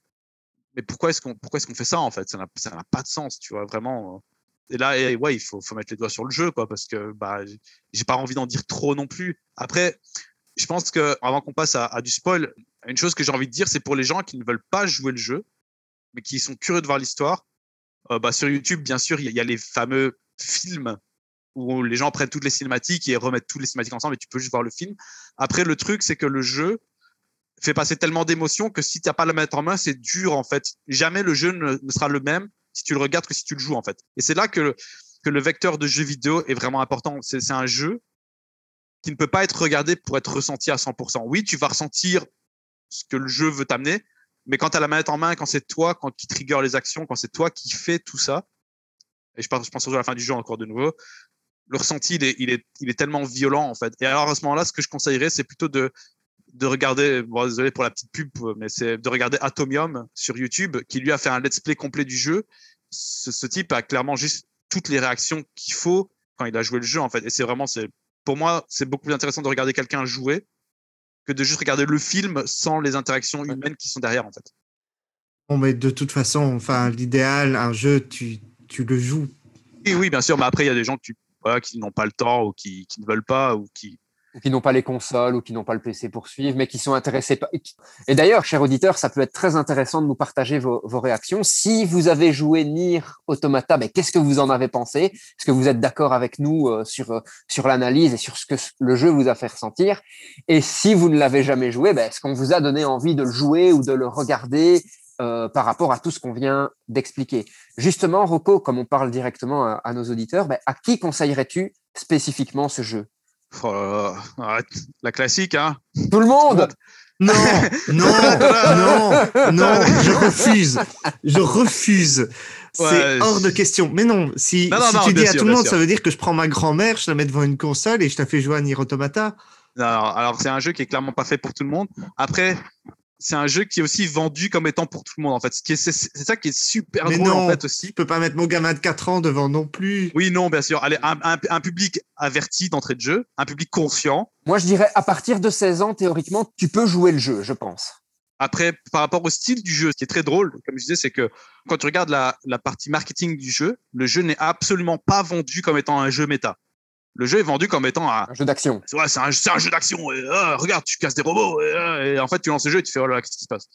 mais pourquoi est-ce qu'on, pourquoi est-ce qu'on fait ça en fait, ça n'a, ça n'a pas de sens, tu vois, vraiment. Et là, et ouais, il faut, faut mettre les doigts sur le jeu, quoi, parce que bah, j'ai pas envie d'en dire trop non plus. Après. Je pense que avant qu'on passe à, à du spoil, une chose que j'ai envie de dire, c'est pour les gens qui ne veulent pas jouer le jeu, mais qui sont curieux de voir l'histoire. Euh, bah, sur YouTube, bien sûr, il y, y a les fameux films où les gens prennent toutes les cinématiques et remettent toutes les cinématiques ensemble et tu peux juste voir le film. Après, le truc, c'est que le jeu fait passer tellement d'émotions que si tu n'as pas le mettre en main, c'est dur en fait. Jamais le jeu ne, ne sera le même si tu le regardes que si tu le joues en fait. Et c'est là que le, que le vecteur de jeu vidéo est vraiment important. C'est, c'est un jeu qui ne peut pas être regardé pour être ressenti à cent pour cent. Oui, tu vas ressentir ce que le jeu veut t'amener, mais quand tu as la manette en main, quand c'est toi quand qui trigger les actions, quand c'est toi qui fais tout ça, et je pense, je pense surtout à la fin du jeu encore de nouveau, le ressenti, il est, il est, il est tellement violent, en fait. Et alors, à ce moment-là, ce que je conseillerais, c'est plutôt de, de regarder, bon, désolé pour la petite pub, mais c'est de regarder Atomium sur YouTube, qui lui a fait un let's play complet du jeu. Ce, ce type a clairement juste toutes les réactions qu'il faut quand il a joué le jeu, en fait. Et c'est vraiment, c'est, pour moi, c'est beaucoup plus intéressant de regarder quelqu'un jouer que de juste regarder le film sans les interactions humaines qui sont derrière, en fait. Bon, mais de toute façon, enfin, l'idéal, un jeu, tu, tu le joues. Oui, oui, bien sûr, mais après, il y a des gens qui, voilà, qui n'ont pas le temps ou qui, qui ne veulent pas ou qui... ou qui n'ont pas les consoles ou qui n'ont pas le P C pour suivre, mais qui sont intéressés par... Et d'ailleurs, chers auditeurs, ça peut être très intéressant de nous partager vos, vos réactions. Si vous avez joué Nier Automata, ben, qu'est-ce que vous en avez pensé? Est-ce que vous êtes d'accord avec nous euh, sur, euh, sur l'analyse et sur ce que le jeu vous a fait ressentir? Et si vous ne l'avez jamais joué, ben, est-ce qu'on vous a donné envie de le jouer ou de le regarder euh, par rapport à tout ce qu'on vient d'expliquer? Justement, Rocco, comme on parle directement à, à nos auditeurs, ben, à qui conseillerais-tu spécifiquement ce jeu? Oh là là, arrête. La classique, hein. Tout le monde. Non, non, non, non, je refuse. Je refuse. C'est Ouais, hors de question. Mais non, si, Non, non, si non, tu bien dis à sûr, tout le bien monde, sûr. ça veut dire que je prends ma grand-mère, je la mets devant une console et je la fais jouer à Nier Automata. Non, alors, alors, c'est un jeu qui est clairement pas fait pour tout le monde. Après, c'est un jeu qui est aussi vendu comme étant pour tout le monde, en fait. Ce qui est, c'est, c'est ça qui est super Mais drôle, non, en fait, aussi. je peux pas mettre mon gamin de quatre ans devant non plus. Oui, non, bien sûr. Allez, un, un, un public averti d'entrée de jeu, un public conscient. Moi, je dirais, à partir de seize ans, théoriquement, tu peux jouer le jeu, je pense. Après, par rapport au style du jeu, ce qui est très drôle, comme je disais, c'est que quand tu regardes la, la partie marketing du jeu, le jeu n'est absolument pas vendu comme étant un jeu méta. Le jeu est vendu comme étant un, Un jeu d'action. ouais, c'est un, c'est un jeu d'action. Et, ah, regarde, tu casses des robots. Et, ah, et en fait, tu lances le jeu et tu fais, oh là là, qu'est-ce qui se passe?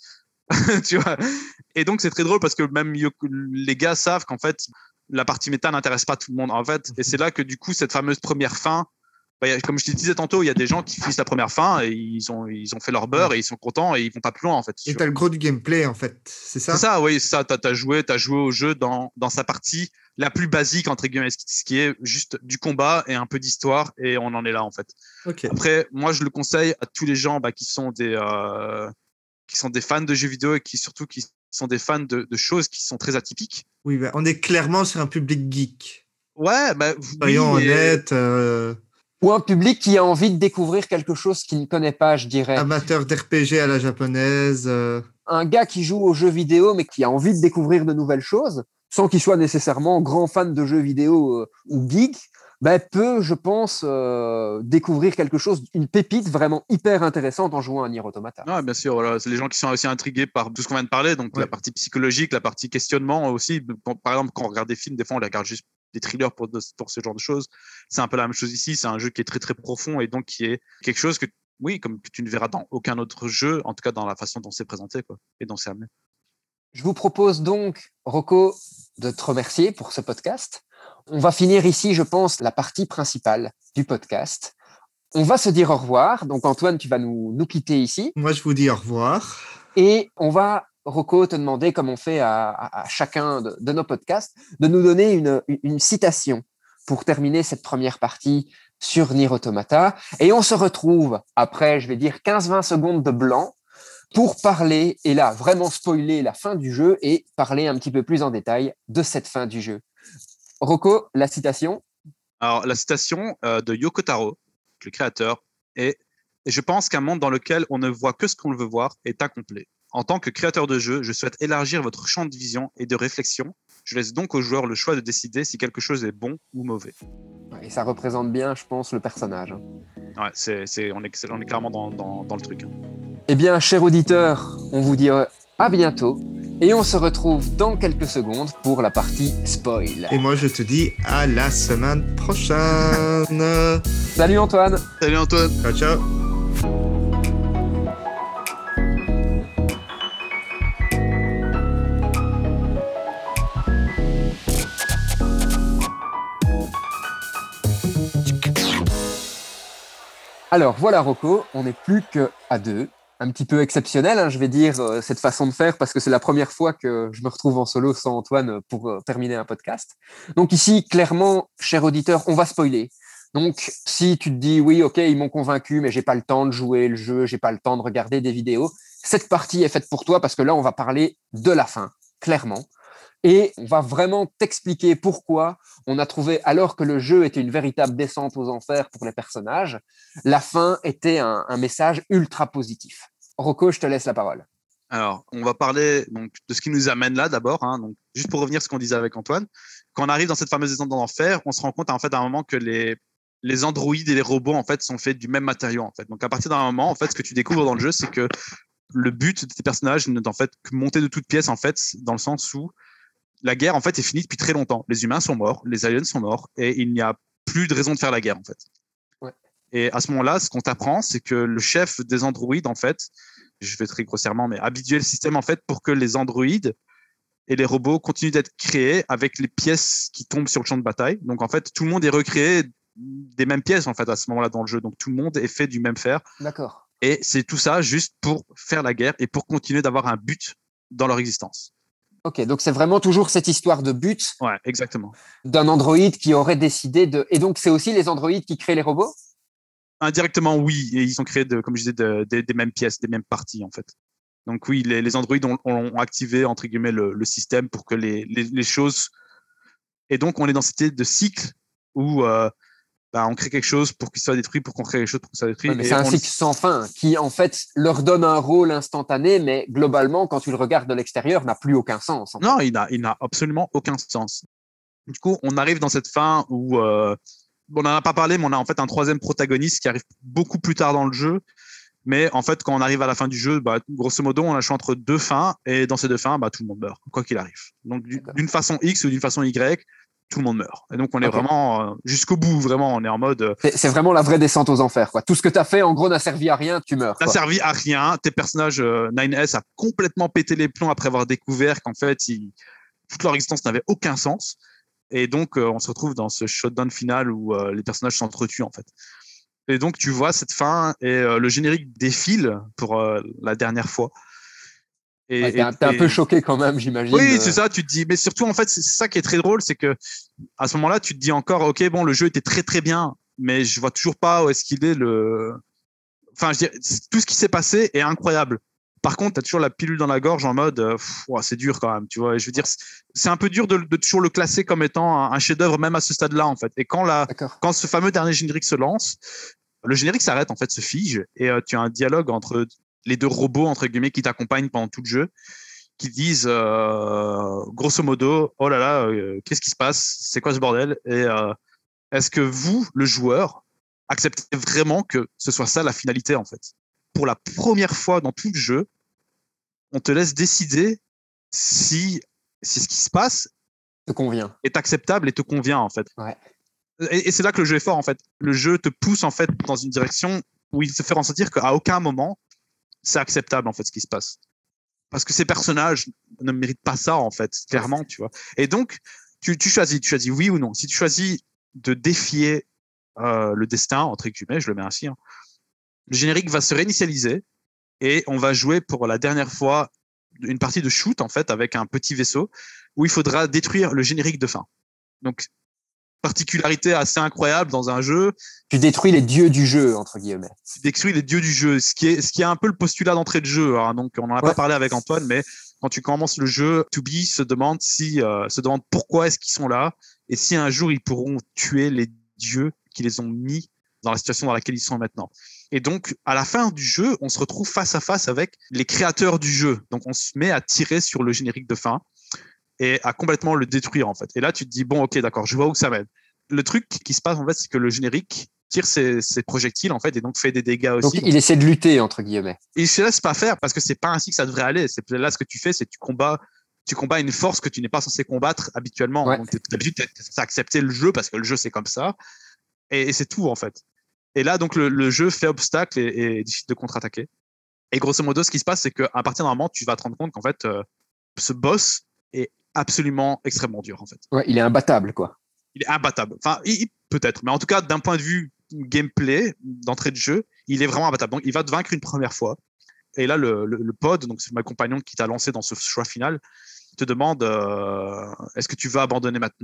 Tu vois. Et donc, c'est très drôle parce que même les gars savent qu'en fait, la partie méta n'intéresse pas tout le monde, en fait. Et c'est là que, du coup, cette fameuse première fin, bah, y a, comme je te disais tantôt, il y a des gens qui finissent la première fin et ils ont, ils ont fait leur beurre et ils sont contents et ils vont pas plus loin, en fait. Et t'as le gros du gameplay, en fait. C'est ça? C'est ça, oui, ça. T'as, t'as joué, t'as joué au jeu dans, dans sa partie la plus basique, entre guillemets, ce qui est juste du combat et un peu d'histoire, et on en est là, en fait. Ok. Après, moi, je le conseille à tous les gens bah, qui sont des, euh, qui sont des fans de jeux vidéo et qui surtout qui sont des fans de, de choses qui sont très atypiques. Oui, bah, on est clairement sur un public geek. Ouais, bah, Soyons oui, mais- honnêtes, euh, Ou un public qui a envie de découvrir quelque chose qu'il ne connaît pas, je dirais. amateur d'R P G à la japonaise. euh, Un gars qui joue aux jeux vidéo, mais qui a envie de découvrir de nouvelles choses, sans qu'il soit nécessairement grand fan de jeux vidéo euh, ou geek, ben, peut, je pense, euh, découvrir quelque chose, une pépite vraiment hyper intéressante en jouant à Nier Automata. Ouais, bien sûr, voilà. C'est les gens qui sont aussi intrigués par tout ce qu'on vient de parler, donc Ouais. la partie psychologique, la partie questionnement aussi. Quand- par exemple, quand on regarde des films, des fois, on les regarde juste des thrillers pour, de- pour ce genre de choses. C'est un peu la même chose ici. C'est un jeu qui est très, très profond et donc qui est quelque chose que, oui, comme que tu ne verras dans aucun autre jeu, en tout cas dans la façon dont c'est présenté, quoi, et dont c'est amené. Je vous propose donc, Rocco, de te remercier pour ce podcast. On va finir ici, je pense, la partie principale du podcast. On va se dire au revoir. Donc, Antoine, tu vas nous, nous quitter ici. Moi, je vous dis au revoir. Et on va, Rocco, te demander, comme on fait à, à, à chacun de, de nos podcasts, de nous donner une, une citation pour terminer cette première partie sur Nier Automata. Et on se retrouve après, je vais dire, quinze à vingt secondes de blanc pour parler, et là, vraiment spoiler la fin du jeu et parler un petit peu plus en détail de cette fin du jeu. Rocco, la citation? Alors, la citation euh, de Yoko Taro, le créateur, est « Et je pense qu'un monde dans lequel on ne voit que ce qu'on veut voir est incomplet. En tant que créateur de jeu, je souhaite élargir votre champ de vision et de réflexion. Je laisse donc aux joueurs le choix de décider si quelque chose est bon ou mauvais. » Et ça représente bien, je pense, le personnage. Ouais, c'est, c'est, on, est, on est clairement dans, dans, dans le truc. Eh bien, chers auditeurs, on vous dit à bientôt. Et on se retrouve dans quelques secondes pour la partie spoil. Et moi, je te dis à la semaine prochaine. Salut Antoine. Salut Antoine. Ciao, ciao. Alors voilà Rocco, on n'est plus qu'à deux. Un petit peu exceptionnel, hein, je vais dire, euh, cette façon de faire, parce que c'est la première fois que je me retrouve en solo sans Antoine pour euh, terminer un podcast. Donc ici, clairement, cher auditeur, on va spoiler. Donc si tu te dis, oui, ok, ils m'ont convaincu, mais j'ai pas le temps de jouer le jeu, j'ai pas le temps de regarder des vidéos, cette partie est faite pour toi, parce que là, on va parler de la fin, clairement. Et on va vraiment t'expliquer pourquoi on a trouvé, alors que le jeu était une véritable descente aux enfers pour les personnages, la fin était un, un message ultra positif. Rocco, je te laisse la parole. Alors, on va parler donc, de ce qui nous amène là d'abord. Hein, donc, juste pour revenir à ce qu'on disait avec Antoine, quand on arrive dans cette fameuse descente aux enfers, on se rend compte en fait, à un moment que les, les androïdes et les robots en fait, sont faits du même matériau. En fait. Donc, à partir d'un moment, en fait, ce que tu découvres dans le jeu, c'est que le but de tes personnages n'est en fait que monter de toutes pièces, en fait, dans le sens où la guerre, en fait, est finie depuis très longtemps. Les humains sont morts, les aliens sont morts, et il n'y a plus de raison de faire la guerre, en fait. Ouais. Et à ce moment-là, ce qu'on t'apprend, c'est que le chef des androïdes, en fait, je vais très grossièrement, mais habituer le système, en fait, pour que les androïdes et les robots continuent d'être créés avec les pièces qui tombent sur le champ de bataille. Donc, en fait, tout le monde est recréé des mêmes pièces, en fait, à ce moment-là dans le jeu. Donc, tout le monde est fait du même fer. D'accord. Et c'est tout ça juste pour faire la guerre et pour continuer d'avoir un but dans leur existence. Ok, donc c'est vraiment toujours cette histoire de but. Ouais, exactement. D'un androïde qui aurait décidé de... Et donc, c'est aussi les androïdes qui créent les robots? Indirectement, oui. Et ils sont créés, de, comme je disais, de, de, des mêmes pièces, des mêmes parties, en fait. Donc oui, les, les androïdes ont, ont activé, entre guillemets, le, le système pour que les, les, les choses... Et donc, on est dans cette idée de cycle où euh, bah, on crée quelque chose pour qu'il soit détruit, pour qu'on crée quelque chose pour qu'il soit détruit. Ouais, mais et c'est un on... cycle sans fin qui, en fait, leur donne un rôle instantané, mais globalement, quand tu le regardes de l'extérieur, n'a plus aucun sens. En non, fait. il n'a il n'a absolument aucun sens. Du coup, on arrive dans cette fin où... Euh, on n'en a pas parlé, mais on a en fait un troisième protagoniste qui arrive beaucoup plus tard dans le jeu. Mais en fait, quand on arrive à la fin du jeu, bah, grosso modo, on a le choix entre deux fins. Et dans ces deux fins, bah, tout le monde meurt, quoi qu'il arrive. Donc, d'une façon X ou d'une façon Y, tout le monde meurt. Et donc, on est okay. vraiment euh, jusqu'au bout, vraiment. On est en mode... Euh, c'est, c'est vraiment la vraie descente aux enfers, quoi. Tout ce que tu as fait, en gros, n'a servi à rien, tu meurs. N'a servi à rien. Tes personnages, euh, nine S a complètement pété les plombs après avoir découvert qu'en fait, ils, toute leur existence n'avait aucun sens. Et donc, euh, on se retrouve dans ce shutdown final où euh, les personnages s'entretuent, en fait. Et donc, tu vois cette fin et euh, le générique défile pour euh, la dernière fois. Et, ouais, t'es, un, et, t'es un et... peu choqué quand même, j'imagine. Oui, euh... c'est ça, tu te dis. Mais surtout, en fait, c'est ça qui est très drôle, c'est que à ce moment-là, tu te dis encore, OK, bon, le jeu était très, très bien, mais je vois toujours pas où est-ce qu'il est le... Enfin, je dirais, tout ce qui s'est passé est incroyable. Par contre, tu as toujours la pilule dans la gorge en mode euh, pff, ouais, c'est dur quand même, tu vois. Et je veux dire, c'est un peu dur de, de toujours le classer comme étant un, un chef-d'œuvre, même à ce stade-là, en fait. Et quand, la, quand ce fameux dernier générique se lance, le générique s'arrête, en fait, se fige, et euh, tu as un dialogue entre les deux robots, entre guillemets, qui t'accompagnent pendant tout le jeu, qui disent, euh, grosso modo, oh là là, euh, qu'est-ce qui se passe? C'est quoi ce bordel? Et euh, est-ce que vous, le joueur, acceptez vraiment que ce soit ça la finalité, en fait? Pour la première fois dans tout le jeu, on te laisse décider si, si ce qui se passe te convient, est acceptable et te convient, en fait. Ouais. Et, et c'est là que le jeu est fort, en fait. Le jeu te pousse, en fait, dans une direction où il te fait ressentir qu'à aucun moment, c'est acceptable, en fait, ce qui se passe. Parce que ces personnages ne méritent pas ça, en fait, clairement, tu vois. Et donc, Tu, tu choisis, tu choisis oui ou non. Si tu choisis de défier euh, le destin, entre guillemets, je le mets ainsi, hein, le générique va se réinitialiser et on va jouer pour la dernière fois une partie de shoot en fait avec un petit vaisseau où il faudra détruire le générique de fin. Donc particularité assez incroyable dans un jeu. Tu détruis les dieux du jeu, entre guillemets. Tu détruis les dieux du jeu, ce qui est, ce qui est un peu le postulat d'entrée de jeu. Hein. Donc, on n'en a ouais. pas parlé avec Antoine, mais quand tu commences le jeu, to be se demande si, euh, se demande pourquoi est-ce qu'ils sont là et si un jour ils pourront tuer les dieux qui les ont mis dans la situation dans laquelle ils sont maintenant. Et donc, à la fin du jeu, on se retrouve face à face avec les créateurs du jeu. Donc, on se met à tirer sur le générique de fin et à complètement le détruire, en fait. Et là, tu te dis, bon, ok, d'accord, je vois où ça mène. Le truc qui se passe, en fait, c'est que le générique tire ses, ses projectiles, en fait, et donc fait des dégâts aussi. Donc, il essaie de lutter, entre guillemets. Il se laisse pas faire parce que c'est pas ainsi que ça devrait aller. C'est là, ce que tu fais, c'est que tu combats, tu combats une force que tu n'es pas censé combattre habituellement. Ouais. Donc, d'habitude, tu es censé accepter le jeu parce que le jeu, c'est comme ça. Et, et c'est tout, en fait. Et là, donc, le, le jeu fait obstacle et, et décide de contre-attaquer. Et grosso modo, ce qui se passe, c'est qu'à partir d'un moment, tu vas te rendre compte qu'en fait, euh, ce boss est absolument extrêmement dur, en fait. Ouais, il est imbattable, quoi. Il est imbattable. Enfin, il, peut-être. Mais en tout cas, d'un point de vue gameplay, d'entrée de jeu, il est vraiment imbattable. Donc, il va te vaincre une première fois. Et là, le, le, le pod, donc c'est ma compagnon qui t'a lancé dans ce choix final, te demande euh, est-ce que tu veux abandonner maintenant ?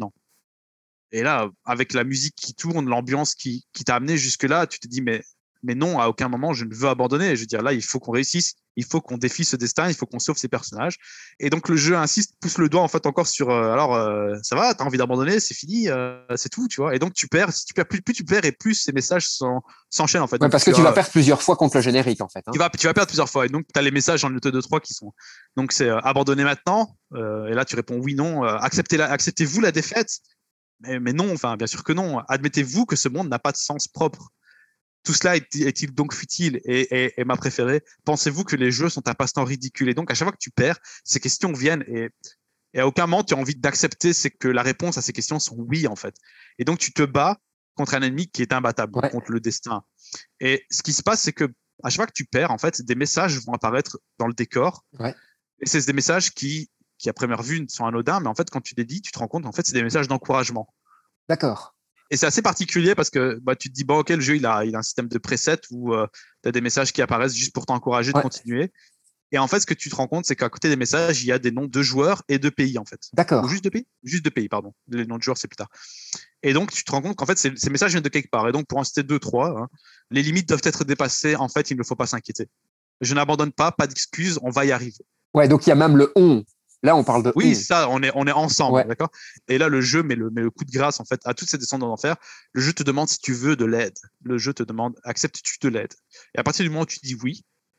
Et là, avec la musique qui tourne, l'ambiance qui, qui t'a amené jusque-là, tu te dis mais, mais non, à aucun moment, je ne veux abandonner. Je veux dire, là, il faut qu'on réussisse, il faut qu'on défie ce destin, il faut qu'on sauve ces personnages. Et donc, le jeu insiste, pousse le doigt en fait encore sur euh, alors, euh, ça va, t'as envie d'abandonner, c'est fini, euh, c'est tout, tu vois. Et donc, tu perds, si tu perds, plus, plus tu perds et plus ces messages s'enchaînent en fait. Ouais, donc, parce tu que tu vas, vas perdre plusieurs fois contre le générique en fait. Hein. Tu, vas, tu vas perdre plusieurs fois. Et donc, tu as les messages en L T deux trois qui sont. Donc, c'est euh, abandonner maintenant. Euh, et là, tu réponds oui, non. Euh, acceptez la, acceptez-vous la défaite? Mais, mais non, enfin, bien sûr que non. Admettez-vous que ce monde n'a pas de sens propre. Tout cela est-il donc futile et, et, et ma préférée? Pensez-vous que les jeux sont un passe-temps ridicule? Et donc, à chaque fois que tu perds, ces questions viennent et, et à aucun moment tu as envie d'accepter c'est que la réponse à ces questions sont oui, en fait. Et donc, tu te bats contre un ennemi qui est imbattable, ouais. contre le destin. Et ce qui se passe, c'est que à chaque fois que tu perds, en fait, des messages vont apparaître dans le décor. Ouais. Et c'est des messages qui, qui, à première vue, sont anodins, mais en fait, quand tu les dis, tu te rends compte, en fait, c'est des messages d'encouragement. D'accord. Et c'est assez particulier parce que bah, tu te dis, bon, ok, le jeu, il a, il a un système de preset où euh, tu as des messages qui apparaissent juste pour t'encourager ouais. de continuer. Et en fait, ce que tu te rends compte, c'est qu'à côté des messages, il y a des noms de joueurs et de pays, en fait. D'accord. Ou juste de pays Juste de pays, pardon. Les noms de joueurs, c'est plus tard. Et donc, tu te rends compte qu'en fait, ces, ces messages viennent de quelque part. Et donc, pour en citer deux, trois, hein, les limites doivent être dépassées. En fait, il ne faut pas s'inquiéter. Je n'abandonne pas, pas d'excuses, on va y arriver. Ouais, donc il y a même le on. Là, on parle de oui, on. ça, on est, on est ensemble, ouais. d'accord. Et là, le jeu met le, met le coup de grâce, en fait, à toutes ces descentes d'enfer. Le jeu te demande si tu veux de l'aide. Le jeu te demande, acceptes-tu de l'aide? Et à partir du moment où tu dis oui,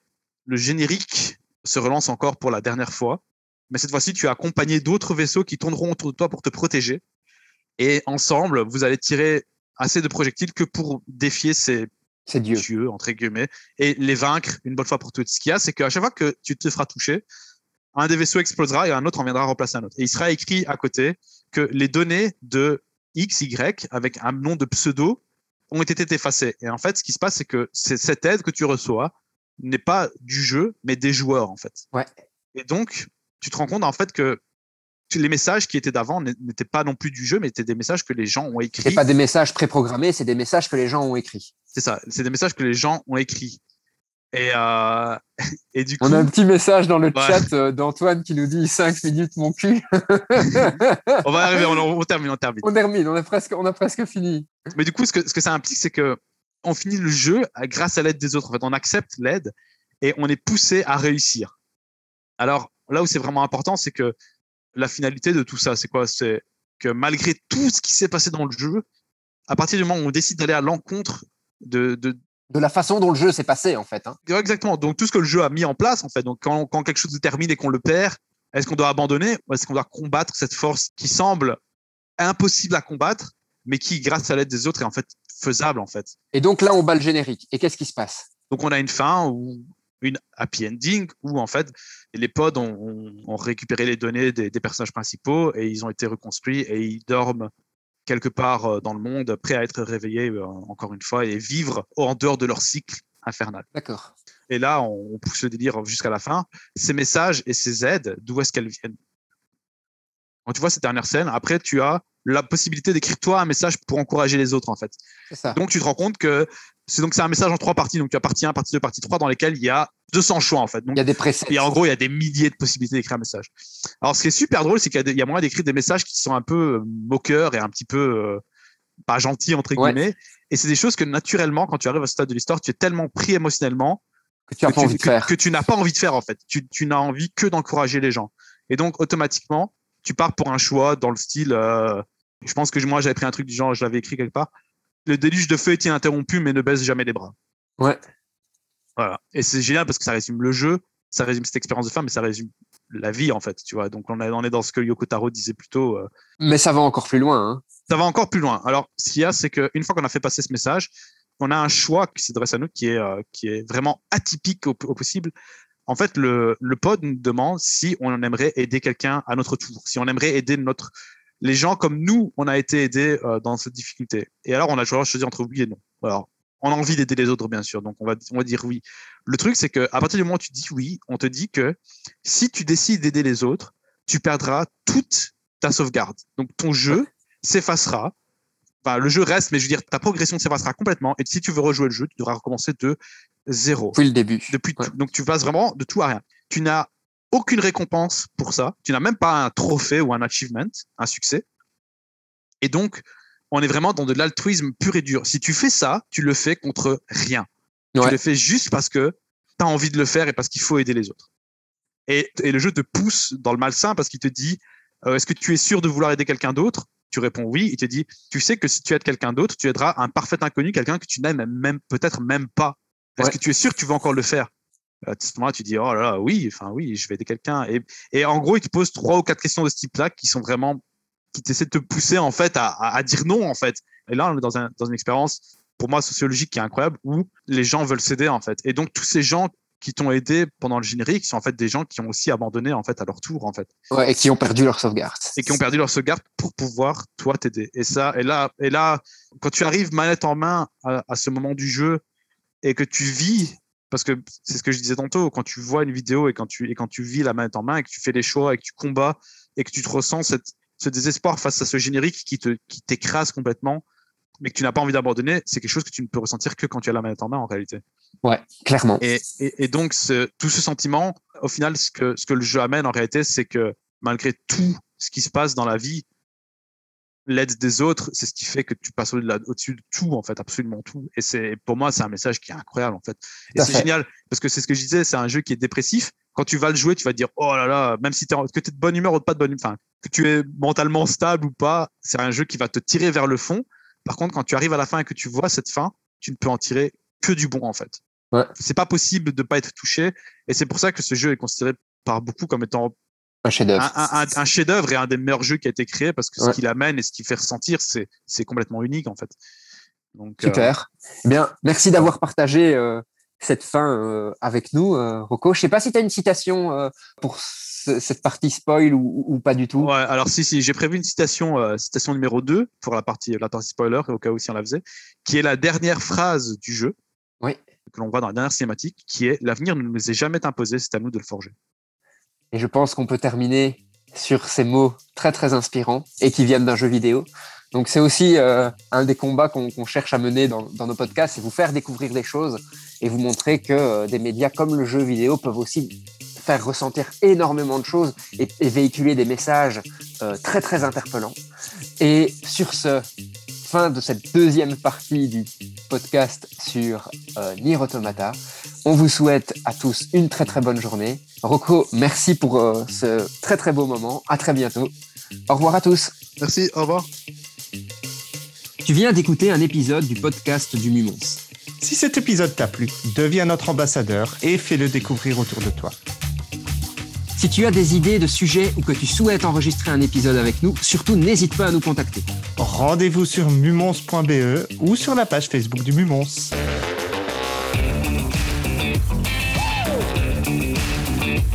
le générique se relance encore pour la dernière fois. Mais cette fois-ci, tu as accompagné d'autres vaisseaux qui tourneront autour de toi pour te protéger. Et ensemble, vous allez tirer assez de projectiles que pour défier ces, ces dieux. dieux, entre guillemets, et les vaincre une bonne fois pour toutes. Ce qu'il y a, c'est qu'à chaque fois que tu te feras toucher, un des vaisseaux explosera et un autre en viendra remplacer un autre. Et il sera écrit à côté que les données de X, Y, avec un nom de pseudo, ont été effacées. Et en fait, ce qui se passe, c'est que c'est cette aide que tu reçois n'est pas du jeu, mais des joueurs, en fait. Ouais. Et donc, tu te rends compte, en fait, que les messages qui étaient d'avant n'étaient pas non plus du jeu, mais étaient des messages que les gens ont écrits. C'est pas des messages préprogrammés, c'est des messages que les gens ont écrits. C'est ça, c'est des messages que les gens ont écrits. Et, euh, et du coup, on a un petit message dans le ouais. chat euh, d'Antoine qui nous dit cinq minutes mon cul. On va arriver, on, on termine, on termine. On termine, on a presque, on a presque fini. Mais du coup, ce que, ce que ça implique, c'est que on finit le jeu grâce à l'aide des autres. En fait, on accepte l'aide et on est poussé à réussir. Alors là où c'est vraiment important, c'est que la finalité de tout ça, c'est quoi? C'est que malgré tout ce qui s'est passé dans le jeu, à partir du moment où on décide d'aller à l'encontre de, de de la façon dont le jeu s'est passé, en fait. Hein. Exactement. Donc, tout ce que le jeu a mis en place, en fait. Donc, quand, quand quelque chose se termine et qu'on le perd, est-ce qu'on doit abandonner ou est-ce qu'on doit combattre cette force qui semble impossible à combattre, mais qui, grâce à l'aide des autres, est en fait faisable, en fait. Et donc, là, on bat le générique. Et qu'est-ce qui se passe? Donc, on a une fin ou une happy ending où, en fait, les pods ont, ont, ont récupéré les données des, des personnages principaux et ils ont été reconstruits et ils dorment quelque part dans le monde, prêts à être réveillés euh, encore une fois et vivre en dehors de leur cycle infernal. D'accord. Et là, on, on pousse le délire jusqu'à la fin. Ces messages et ces aides, d'où est-ce qu'elles viennent? Quand tu vois cette dernière scène, après, tu as la possibilité d'écrire toi un message pour encourager les autres, en fait. C'est ça. Donc, tu te rends compte que c'est, donc, c'est un message en trois parties. Donc, tu as partie un, partie deux, partie trois, dans lesquelles il y a deux cents choix, en fait. Donc, il y a des presets. Et en gros, il y a des milliers de possibilités d'écrire un message. Alors, ce qui est super drôle, c'est qu'il y a, des, il y a moyen d'écrire des messages qui sont un peu moqueurs et un petit peu euh, pas gentils, entre guillemets. Ouais. Et c'est des choses que, naturellement, quand tu arrives à ce stade de l'histoire, tu es tellement pris émotionnellement que tu n'as pas envie de faire. Que, que tu n'as pas envie de faire, en fait. Tu, tu n'as envie que d'encourager les gens. Et donc, automatiquement, tu pars pour un choix dans le style... Euh, je pense que moi, j'avais pris un truc du genre, je l'avais écrit quelque part. Le déluge de feu est ininterrompu, mais ne baisse jamais les bras. Ouais. Voilà. Et c'est génial parce que ça résume le jeu, ça résume cette expérience de femme, mais ça résume la vie, en fait. Tu vois. Donc, on, a, on est dans ce que Yoko Taro disait plus tôt. Euh... Mais ça va encore plus loin. Hein. Ça va encore plus loin. Alors, ce qu'il y a, c'est qu'une fois qu'on a fait passer ce message, on a un choix qui s'adresse à nous qui est, euh, qui est vraiment atypique au, au possible. En fait, le, le pod nous demande si on aimerait aider quelqu'un à notre tour, si on aimerait aider notre... les gens comme nous, on a été aidés euh, dans cette difficulté. Et alors, on a choisi entre oui et non. Alors, on a envie d'aider les autres, bien sûr, donc on va, on va dire oui. Le truc, c'est qu'à partir du moment où tu dis oui, on te dit que si tu décides d'aider les autres, tu perdras toute ta sauvegarde. Donc, ton jeu s'effacera. Enfin, le jeu reste, mais je veux dire, ta progression s'effacera complètement. Et si tu veux rejouer le jeu, tu devras recommencer de zéro. Depuis le début. Depuis ouais. Donc, tu passes vraiment de tout à rien. Tu n'as aucune récompense pour ça. Tu n'as même pas un trophée ou un achievement, un succès. Et donc, on est vraiment dans de l'altruisme pur et dur. Si tu fais ça, tu le fais contre rien. Ouais. Tu le fais juste parce que tu as envie de le faire et parce qu'il faut aider les autres. Et, et le jeu te pousse dans le malsain parce qu'il te dit euh, est-ce que tu es sûr de vouloir aider quelqu'un d'autre ? Tu réponds oui. Il te dit tu sais que si tu aides quelqu'un d'autre, tu aideras un parfait inconnu, quelqu'un que tu n'aimes même, peut-être même pas. Est-ce ouais. que tu es sûr que tu veux encore le faire ? À ce moment-là, tu dis, oh là là, oui, enfin, oui, je vais aider quelqu'un. Et, et en gros, il te pose trois ou quatre questions de ce type-là qui sont vraiment, qui t'essaient de te pousser, en fait, à, à, à dire non, en fait. Et là, on est dans, un, dans une expérience, pour moi, sociologique qui est incroyable, où les gens veulent s'aider, en fait. Et donc, tous ces gens qui t'ont aidé pendant le générique sont, en fait, des gens qui ont aussi abandonné, en fait, à leur tour, en fait. Ouais, et qui ont perdu leur sauvegarde. Et qui ont perdu leur sauvegarde pour pouvoir, toi, t'aider. Et ça, et là, et là, quand tu arrives manette en main à, à ce moment du jeu et que tu vis. Parce que c'est ce que je disais tantôt, quand tu vois une vidéo et quand tu, et quand tu vis la manette en main et que tu fais les choix et que tu combats et que tu te ressens cette, ce désespoir face à ce générique qui, te, qui t'écrase complètement, mais que tu n'as pas envie d'abandonner, c'est quelque chose que tu ne peux ressentir que quand tu as la manette en main en réalité. Ouais, clairement. Et, et, et donc, ce, tout ce sentiment, au final, ce que, ce que le jeu amène en réalité, c'est que malgré tout ce qui se passe dans la vie, l'aide des autres, c'est ce qui fait que tu passes au-delà, au-dessus de tout, en fait, absolument tout. Et c'est, pour moi, c'est un message qui est incroyable, en fait. Et c'est fait. génial, parce que c'est ce que je disais, c'est un jeu qui est dépressif. Quand tu vas le jouer, tu vas te dire, oh là là, même si t'es en, que tu es de bonne humeur ou pas de bonne humeur, enfin, que tu es mentalement stable ou pas, c'est un jeu qui va te tirer vers le fond. Par contre, quand tu arrives à la fin et que tu vois cette fin, tu ne peux en tirer que du bon, en fait. Ouais. C'est pas possible de pas être touché. Et c'est pour ça que ce jeu est considéré par beaucoup comme étant un chef-d'œuvre. Un, un, un chef-d'œuvre et un des meilleurs jeux qui a été créé parce que ouais. ce qu'il amène et ce qu'il fait ressentir, c'est, c'est complètement unique, en fait. Donc, super. Euh... Eh bien, merci d'avoir partagé euh, cette fin euh, avec nous, euh, Rocco. Je sais pas si tu as une citation euh, pour ce, cette partie spoil ou, ou pas du tout. Ouais, alors si, si, j'ai prévu une citation, euh, citation numéro deux pour la partie, la partie spoiler, au cas où si on la faisait, qui est la dernière phrase du jeu. Oui. Que l'on voit dans la dernière cinématique, qui est « L'avenir ne nous est jamais imposé, c'est à nous de le forger ». Et je pense qu'on peut terminer sur ces mots très, très inspirants et qui viennent d'un jeu vidéo. Donc, c'est aussi euh, un des combats qu'on, qu'on cherche à mener dans, dans nos podcasts, c'est vous faire découvrir des choses et vous montrer que euh, des médias comme le jeu vidéo peuvent aussi faire ressentir énormément de choses et, et véhiculer des messages euh, très, très interpellants. Et sur ce, fin de cette deuxième partie du podcast sur euh, Nier Automata. On vous souhaite à tous une très très bonne journée. Rocco, merci pour euh, ce très très beau moment. À très bientôt. Au revoir à tous. Merci, au revoir. Tu viens d'écouter un épisode du podcast du Mumons. Si cet épisode t'a plu, deviens notre ambassadeur et fais-le découvrir autour de toi. Si tu as des idées de sujets ou que tu souhaites enregistrer un épisode avec nous, surtout n'hésite pas à nous contacter. Rendez-vous sur mumons point b e ou sur la page Facebook du Mumons.